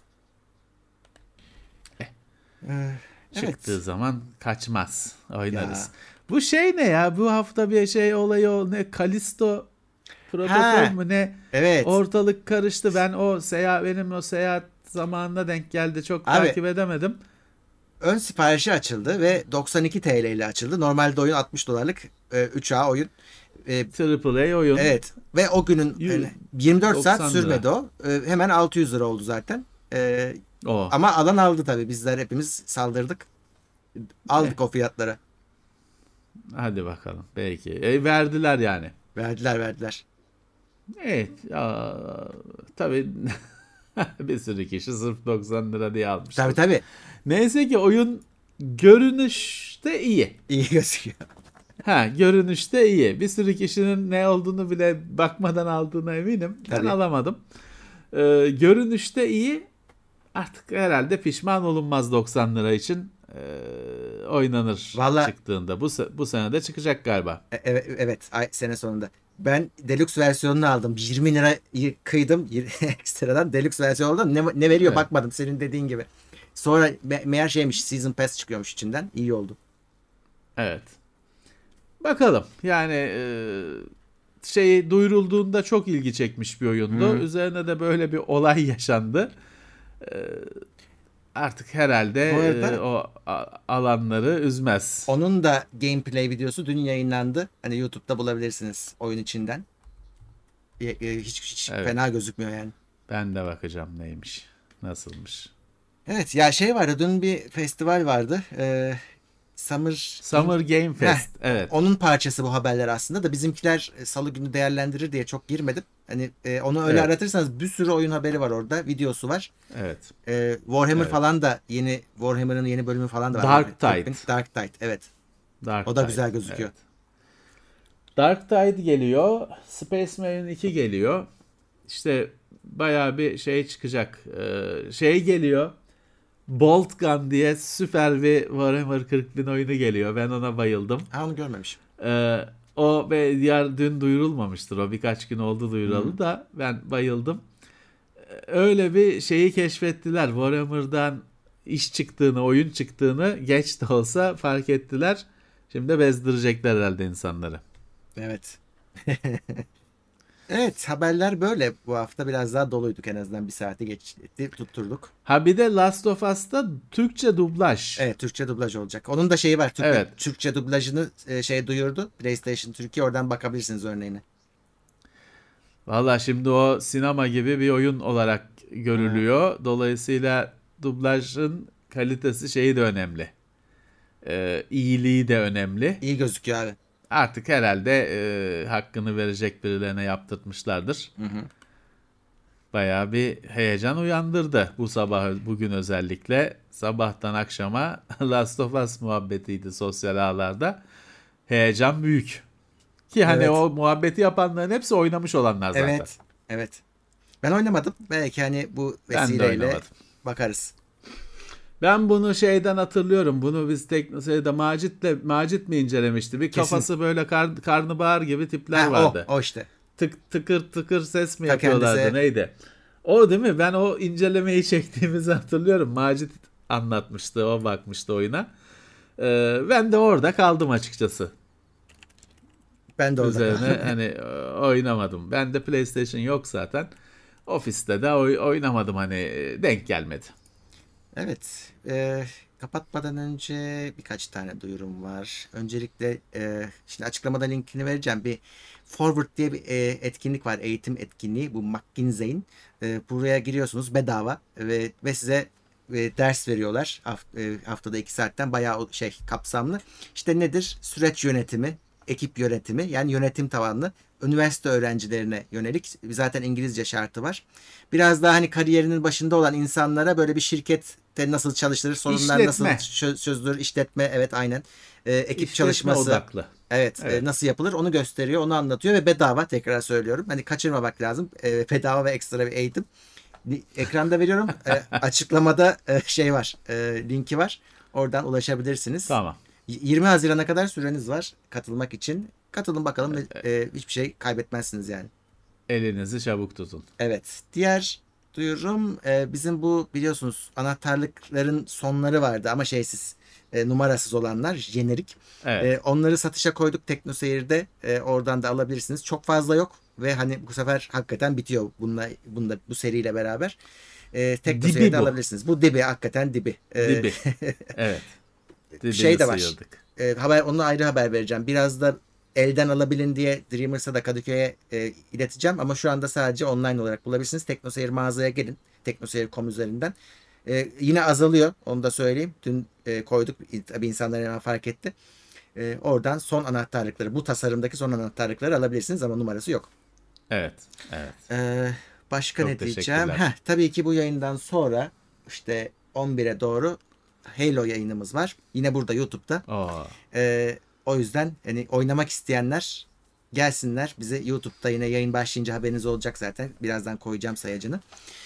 Eh. Ee, Çıktığı evet. zaman kaçmaz. Oynarız. Ya. Bu şey ne ya? Bu hafta bir şey olayı o ne? Kalisto protokol Ha, mu ne? Evet. Ortalık karıştı. Ben o seyahat benim o seyahat zamanına denk geldi. Çok Abi, takip edemedim. ön siparişi açıldı ve doksan iki T L ile açıldı. Normalde oyun altmış dolarlık e, üç A oyun. E, Triple A oyun. evet. Ve o günün yani yirmi dört saat doksan sürmedi lira. o. E, hemen altı yüz lira oldu zaten. E, O. ama alan aldı tabii. Bizler hepimiz saldırdık. Aldık Eh. o fiyatlara. Hadi bakalım. Belki. E, verdiler yani. Verdiler verdiler. Evet. Aa, tabii bir sürü kişi sırf doksan lira diye almış. Tabii tabii. Neyse ki oyun görünüşte iyi. İyi gözüküyor. Ha, görünüşte iyi. Bir sürü kişinin ne olduğunu bile bakmadan aldığına eminim. Ben Tabii. alamadım. Ee, görünüşte iyi. Artık herhalde pişman olunmaz doksan lira için. Ee, oynanır Vallahi- çıktığında. Bu se- bu sene de çıkacak galiba. E- Evet, evet ay, sene sonunda. Ben deluxe versiyonunu aldım. yirmi lira kıydım ekstradan. Deluxe versiyonu aldım. Ne, ne veriyor Evet. bakmadım senin dediğin gibi. Sonra me- meğer şeymiş Season Pass çıkıyormuş içinden. İyi oldu. Evet. Bakalım. Yani e, şey duyurulduğunda çok ilgi çekmiş bir oyundu. Hı. Üzerine de böyle bir olay yaşandı. E, artık herhalde Bu arada- e, o a- alanları üzmez. Onun da gameplay videosu dün yayınlandı. Hani YouTube'da bulabilirsiniz oyun içinden. E- e, Hiç, hiç Evet. fena gözükmüyor yani. Ben de bakacağım neymiş, nasılmış. Evet ya şey vardı, dün bir festival vardı. Ee, Summer Summer Game Fest. Heh, Evet. Onun parçası bu haberler aslında da bizimkiler e, salı günü değerlendirir diye çok girmedim. Hani e, onu öyle Evet. aratırsanız bir sürü oyun haberi var orada. Videosu var. Evet. E, Warhammer Evet. falan da yeni Warhammer'ın yeni bölümü falan da var. Dark Tide. Dark Tide evet. Dark O da Tide, güzel gözüküyor. evet. Dark Tide geliyor. Space Marine iki geliyor. İşte bayağı bir şey çıkacak. Ee, şey geliyor. Bolt Gun diye süper bir Warhammer kırk bin oyunu geliyor. Ben ona bayıldım. Ha onu görmemişim. Ee, o ve diğer dün duyurulmamıştır. O birkaç gün oldu duyuralı Hı. da ben bayıldım. Ee, öyle bir şeyi keşfettiler. Warhammer'dan iş çıktığını, oyun çıktığını geç de olsa fark ettiler. Şimdi de bezdirecekler herhalde insanları. Evet. Evet haberler böyle. Bu hafta biraz daha doluyduk, en azından bir saati geçti tutturduk. Ha bir de Last of Us'ta Türkçe dublaj. Evet Türkçe dublaj olacak. Onun da şeyi var. Türk, Evet. Türkçe dublajını e, şey duyurdu. PlayStation Türkiye, oradan bakabilirsiniz örneğine. Valla şimdi o sinema gibi bir oyun olarak görülüyor. Dolayısıyla dublajın kalitesi şeyi de önemli. Ee, iyiliği de önemli. İyi gözüküyor abi. Artık herhalde e, hakkını verecek birilerine yaptırtmışlardır. Hı hı. Bayağı bir heyecan uyandırdı bu sabah, bugün özellikle. Sabahtan akşama Last of Us muhabbetiydi sosyal ağlarda. Heyecan büyük. Ki hani Evet. o muhabbeti yapanların hepsi oynamış olanlar zaten. Evet. Evet. Ben oynamadım. Belki hani bu Ben de vesileyle oynamadım. bakarız. Ben bunu şeyden hatırlıyorum. Bunu biz TeknoSeyir'de Macit'le Macit mi incelemişti? Bir Kesin. kafası böyle kar, karnabahar gibi tipler Ha, vardı. o, o işte. Tık tıkır tıkır ses mi Ta yapıyorlardı kendisi. neydi? O değil mi? Ben o incelemeyi çektiğimizi hatırlıyorum. Macit anlatmıştı, o bakmıştı oyuna. Ee, ben de orada kaldım açıkçası. Ben de orada. Üzerine hani e, oynamadım. Ben de PlayStation yok zaten. Ofiste de oy- oynamadım, hani e, denk gelmedi. Evet. E, kapatmadan önce birkaç tane duyurum var. Öncelikle e, şimdi açıklamada linkini vereceğim. Bir Forward diye bir e, etkinlik var. Eğitim etkinliği. Bu McKinsey'in. E, buraya giriyorsunuz bedava ve ve size e, ders veriyorlar. Haft, e, haftada iki saatten bayağı o şey kapsamlı. İşte nedir? Süreç yönetimi, ekip yönetimi, yani yönetim tabanlı, üniversite öğrencilerine yönelik, zaten İngilizce şartı var. Biraz daha hani kariyerinin başında olan insanlara böyle bir şirkette nasıl çalışılır, sorunlar nasıl İşletme. çözülür, işletme, evet aynen. Ee, ekip İşletme çalışması odaklı. evet, Evet. e, nasıl yapılır onu gösteriyor, onu anlatıyor ve bedava, tekrar söylüyorum. Hani kaçırmamak lazım. E, bedava ve ekstra bir eğitim. Ekranda veriyorum. E, açıklamada e, şey var. E, linki var. Oradan ulaşabilirsiniz. Tamam. yirmi Haziran'a kadar süreniz var katılmak için. Katılın bakalım. E, hiçbir şey kaybetmezsiniz yani. Elinizi çabuk tutun. Evet. Diğer duyurum, e, bizim bu biliyorsunuz anahtarlıkların sonları vardı ama şeysiz, e, numarasız olanlar, jenerik. Evet. E, onları satışa koyduk TeknoSeyir'de. E, oradan da alabilirsiniz. Çok fazla yok ve hani bu sefer hakikaten bitiyor bununla, bununla bu seriyle beraber. E, TeknoSeyir'de Dibi bu. alabilirsiniz. Bu dibi, hakikaten dibi. E, Dibi. Evet. Dibini şey de var. sıyırdık. E, haber, onu ayrı haber vereceğim. Biraz da elden alabilin diye Dreamers'a da Kadıköy'e e, ileteceğim ama şu anda sadece online olarak bulabilirsiniz. TeknoSeyir mağazaya gelin. teknoseyir nokta com üzerinden. E, yine azalıyor. Onu da söyleyeyim. Dün e, koyduk. Tabii insanlar hemen fark etti. E, oradan son anahtarlıkları, bu tasarımdaki son anahtarlıkları alabilirsiniz ama numarası yok. Evet. Evet. E, başka Çok ne diyeceğim? teşekkürler. Heh, tabii ki bu yayından sonra işte on bire doğru Halo yayınımız var. Yine burada YouTube'da. Oo. Ee, o yüzden hani oynamak isteyenler gelsinler. Bize YouTube'da yine yayın başlayınca haberiniz olacak zaten. Birazdan koyacağım sayacını.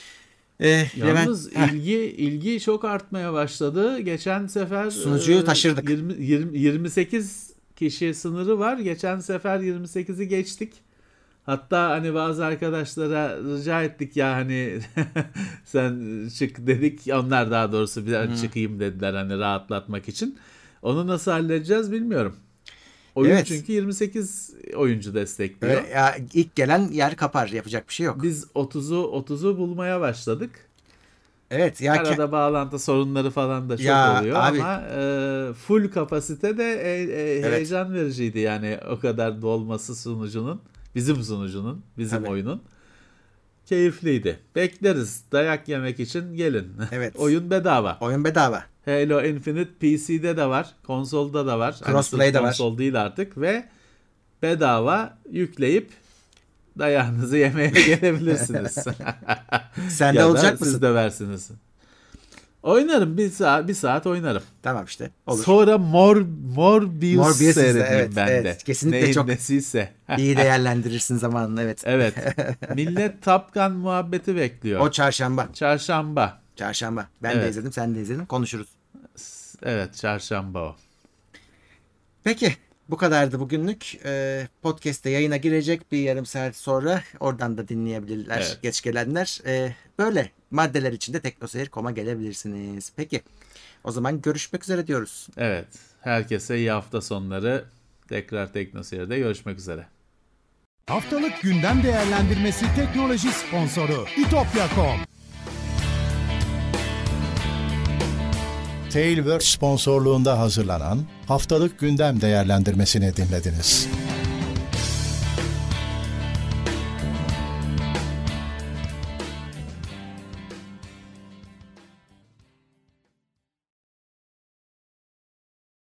Ee, Yalnız Levent, ilgi ilgi çok artmaya başladı. Geçen sefer Sunucuyu e, taşırdık. yirmi, yirmi, yirmi sekiz kişi sınırı var. Geçen sefer yirmi sekizi geçtik. Hatta hani bazı arkadaşlara rica ettik ya, hani sen çık dedik. Onlar daha doğrusu bir Hmm. çıkayım dediler hani rahatlatmak için. Onu nasıl halledeceğiz bilmiyorum. Oyun Evet. çünkü yirmi sekiz oyuncu destekliyor. Böyle, ya, ilk gelen yer kapar. Yapacak bir şey yok. Biz otuzu otuzu bulmaya başladık. Evet. Ya, ke- Arada bağlantı sorunları falan da çok Ya, oluyor abi. ama e, full kapasite de e, e, Evet. heyecan vericiydi yani, o kadar dolması sunucunun, bizim sunucunun, bizim Tabii. oyunun. keyifliydi. Bekleriz. Dayak yemek için gelin. Evet. Oyun bedava. Oyun bedava. Halo Infinite P C'de de var. Konsolda da var. Crossplay de var. Konsol değil artık ve bedava yükleyip dayağınızı yemeye gelebilirsiniz. Sen de ya olacak da mısın? siz de versiniz. Oynarım. Bir saat, bir saat oynarım. Tamam işte. Olur. Sonra Mor, Morbius, Morbius izle, seyredeyim evet, ben evet. de. Kesinlikle Neyin çok- nesiyse. İyi değerlendirirsin zamanını, evet. Evet. Millet Top Gun muhabbeti bekliyor. O çarşamba. Çarşamba. Çarşamba. Ben de Evet. izledim, sen de izledin. Konuşuruz. Evet, çarşamba o. Peki. Bu kadardı bugünlük. Ee, podcast'te yayına girecek bir yarım saat sonra. Oradan da dinleyebilirler Evet. geç gelenler. Ee, böyle maddeler için de teknoseyir nokta com'a gelebilirsiniz. Peki. O zaman görüşmek üzere diyoruz. Evet. Herkese iyi hafta sonları. Tekrar Teknoseyir'de görüşmek üzere. Haftalık gündem değerlendirmesi teknoloji sponsoru itopya nokta com. Tailwords sponsorluğunda hazırlanan Haftalık Gündem Değerlendirmesini dinlediniz.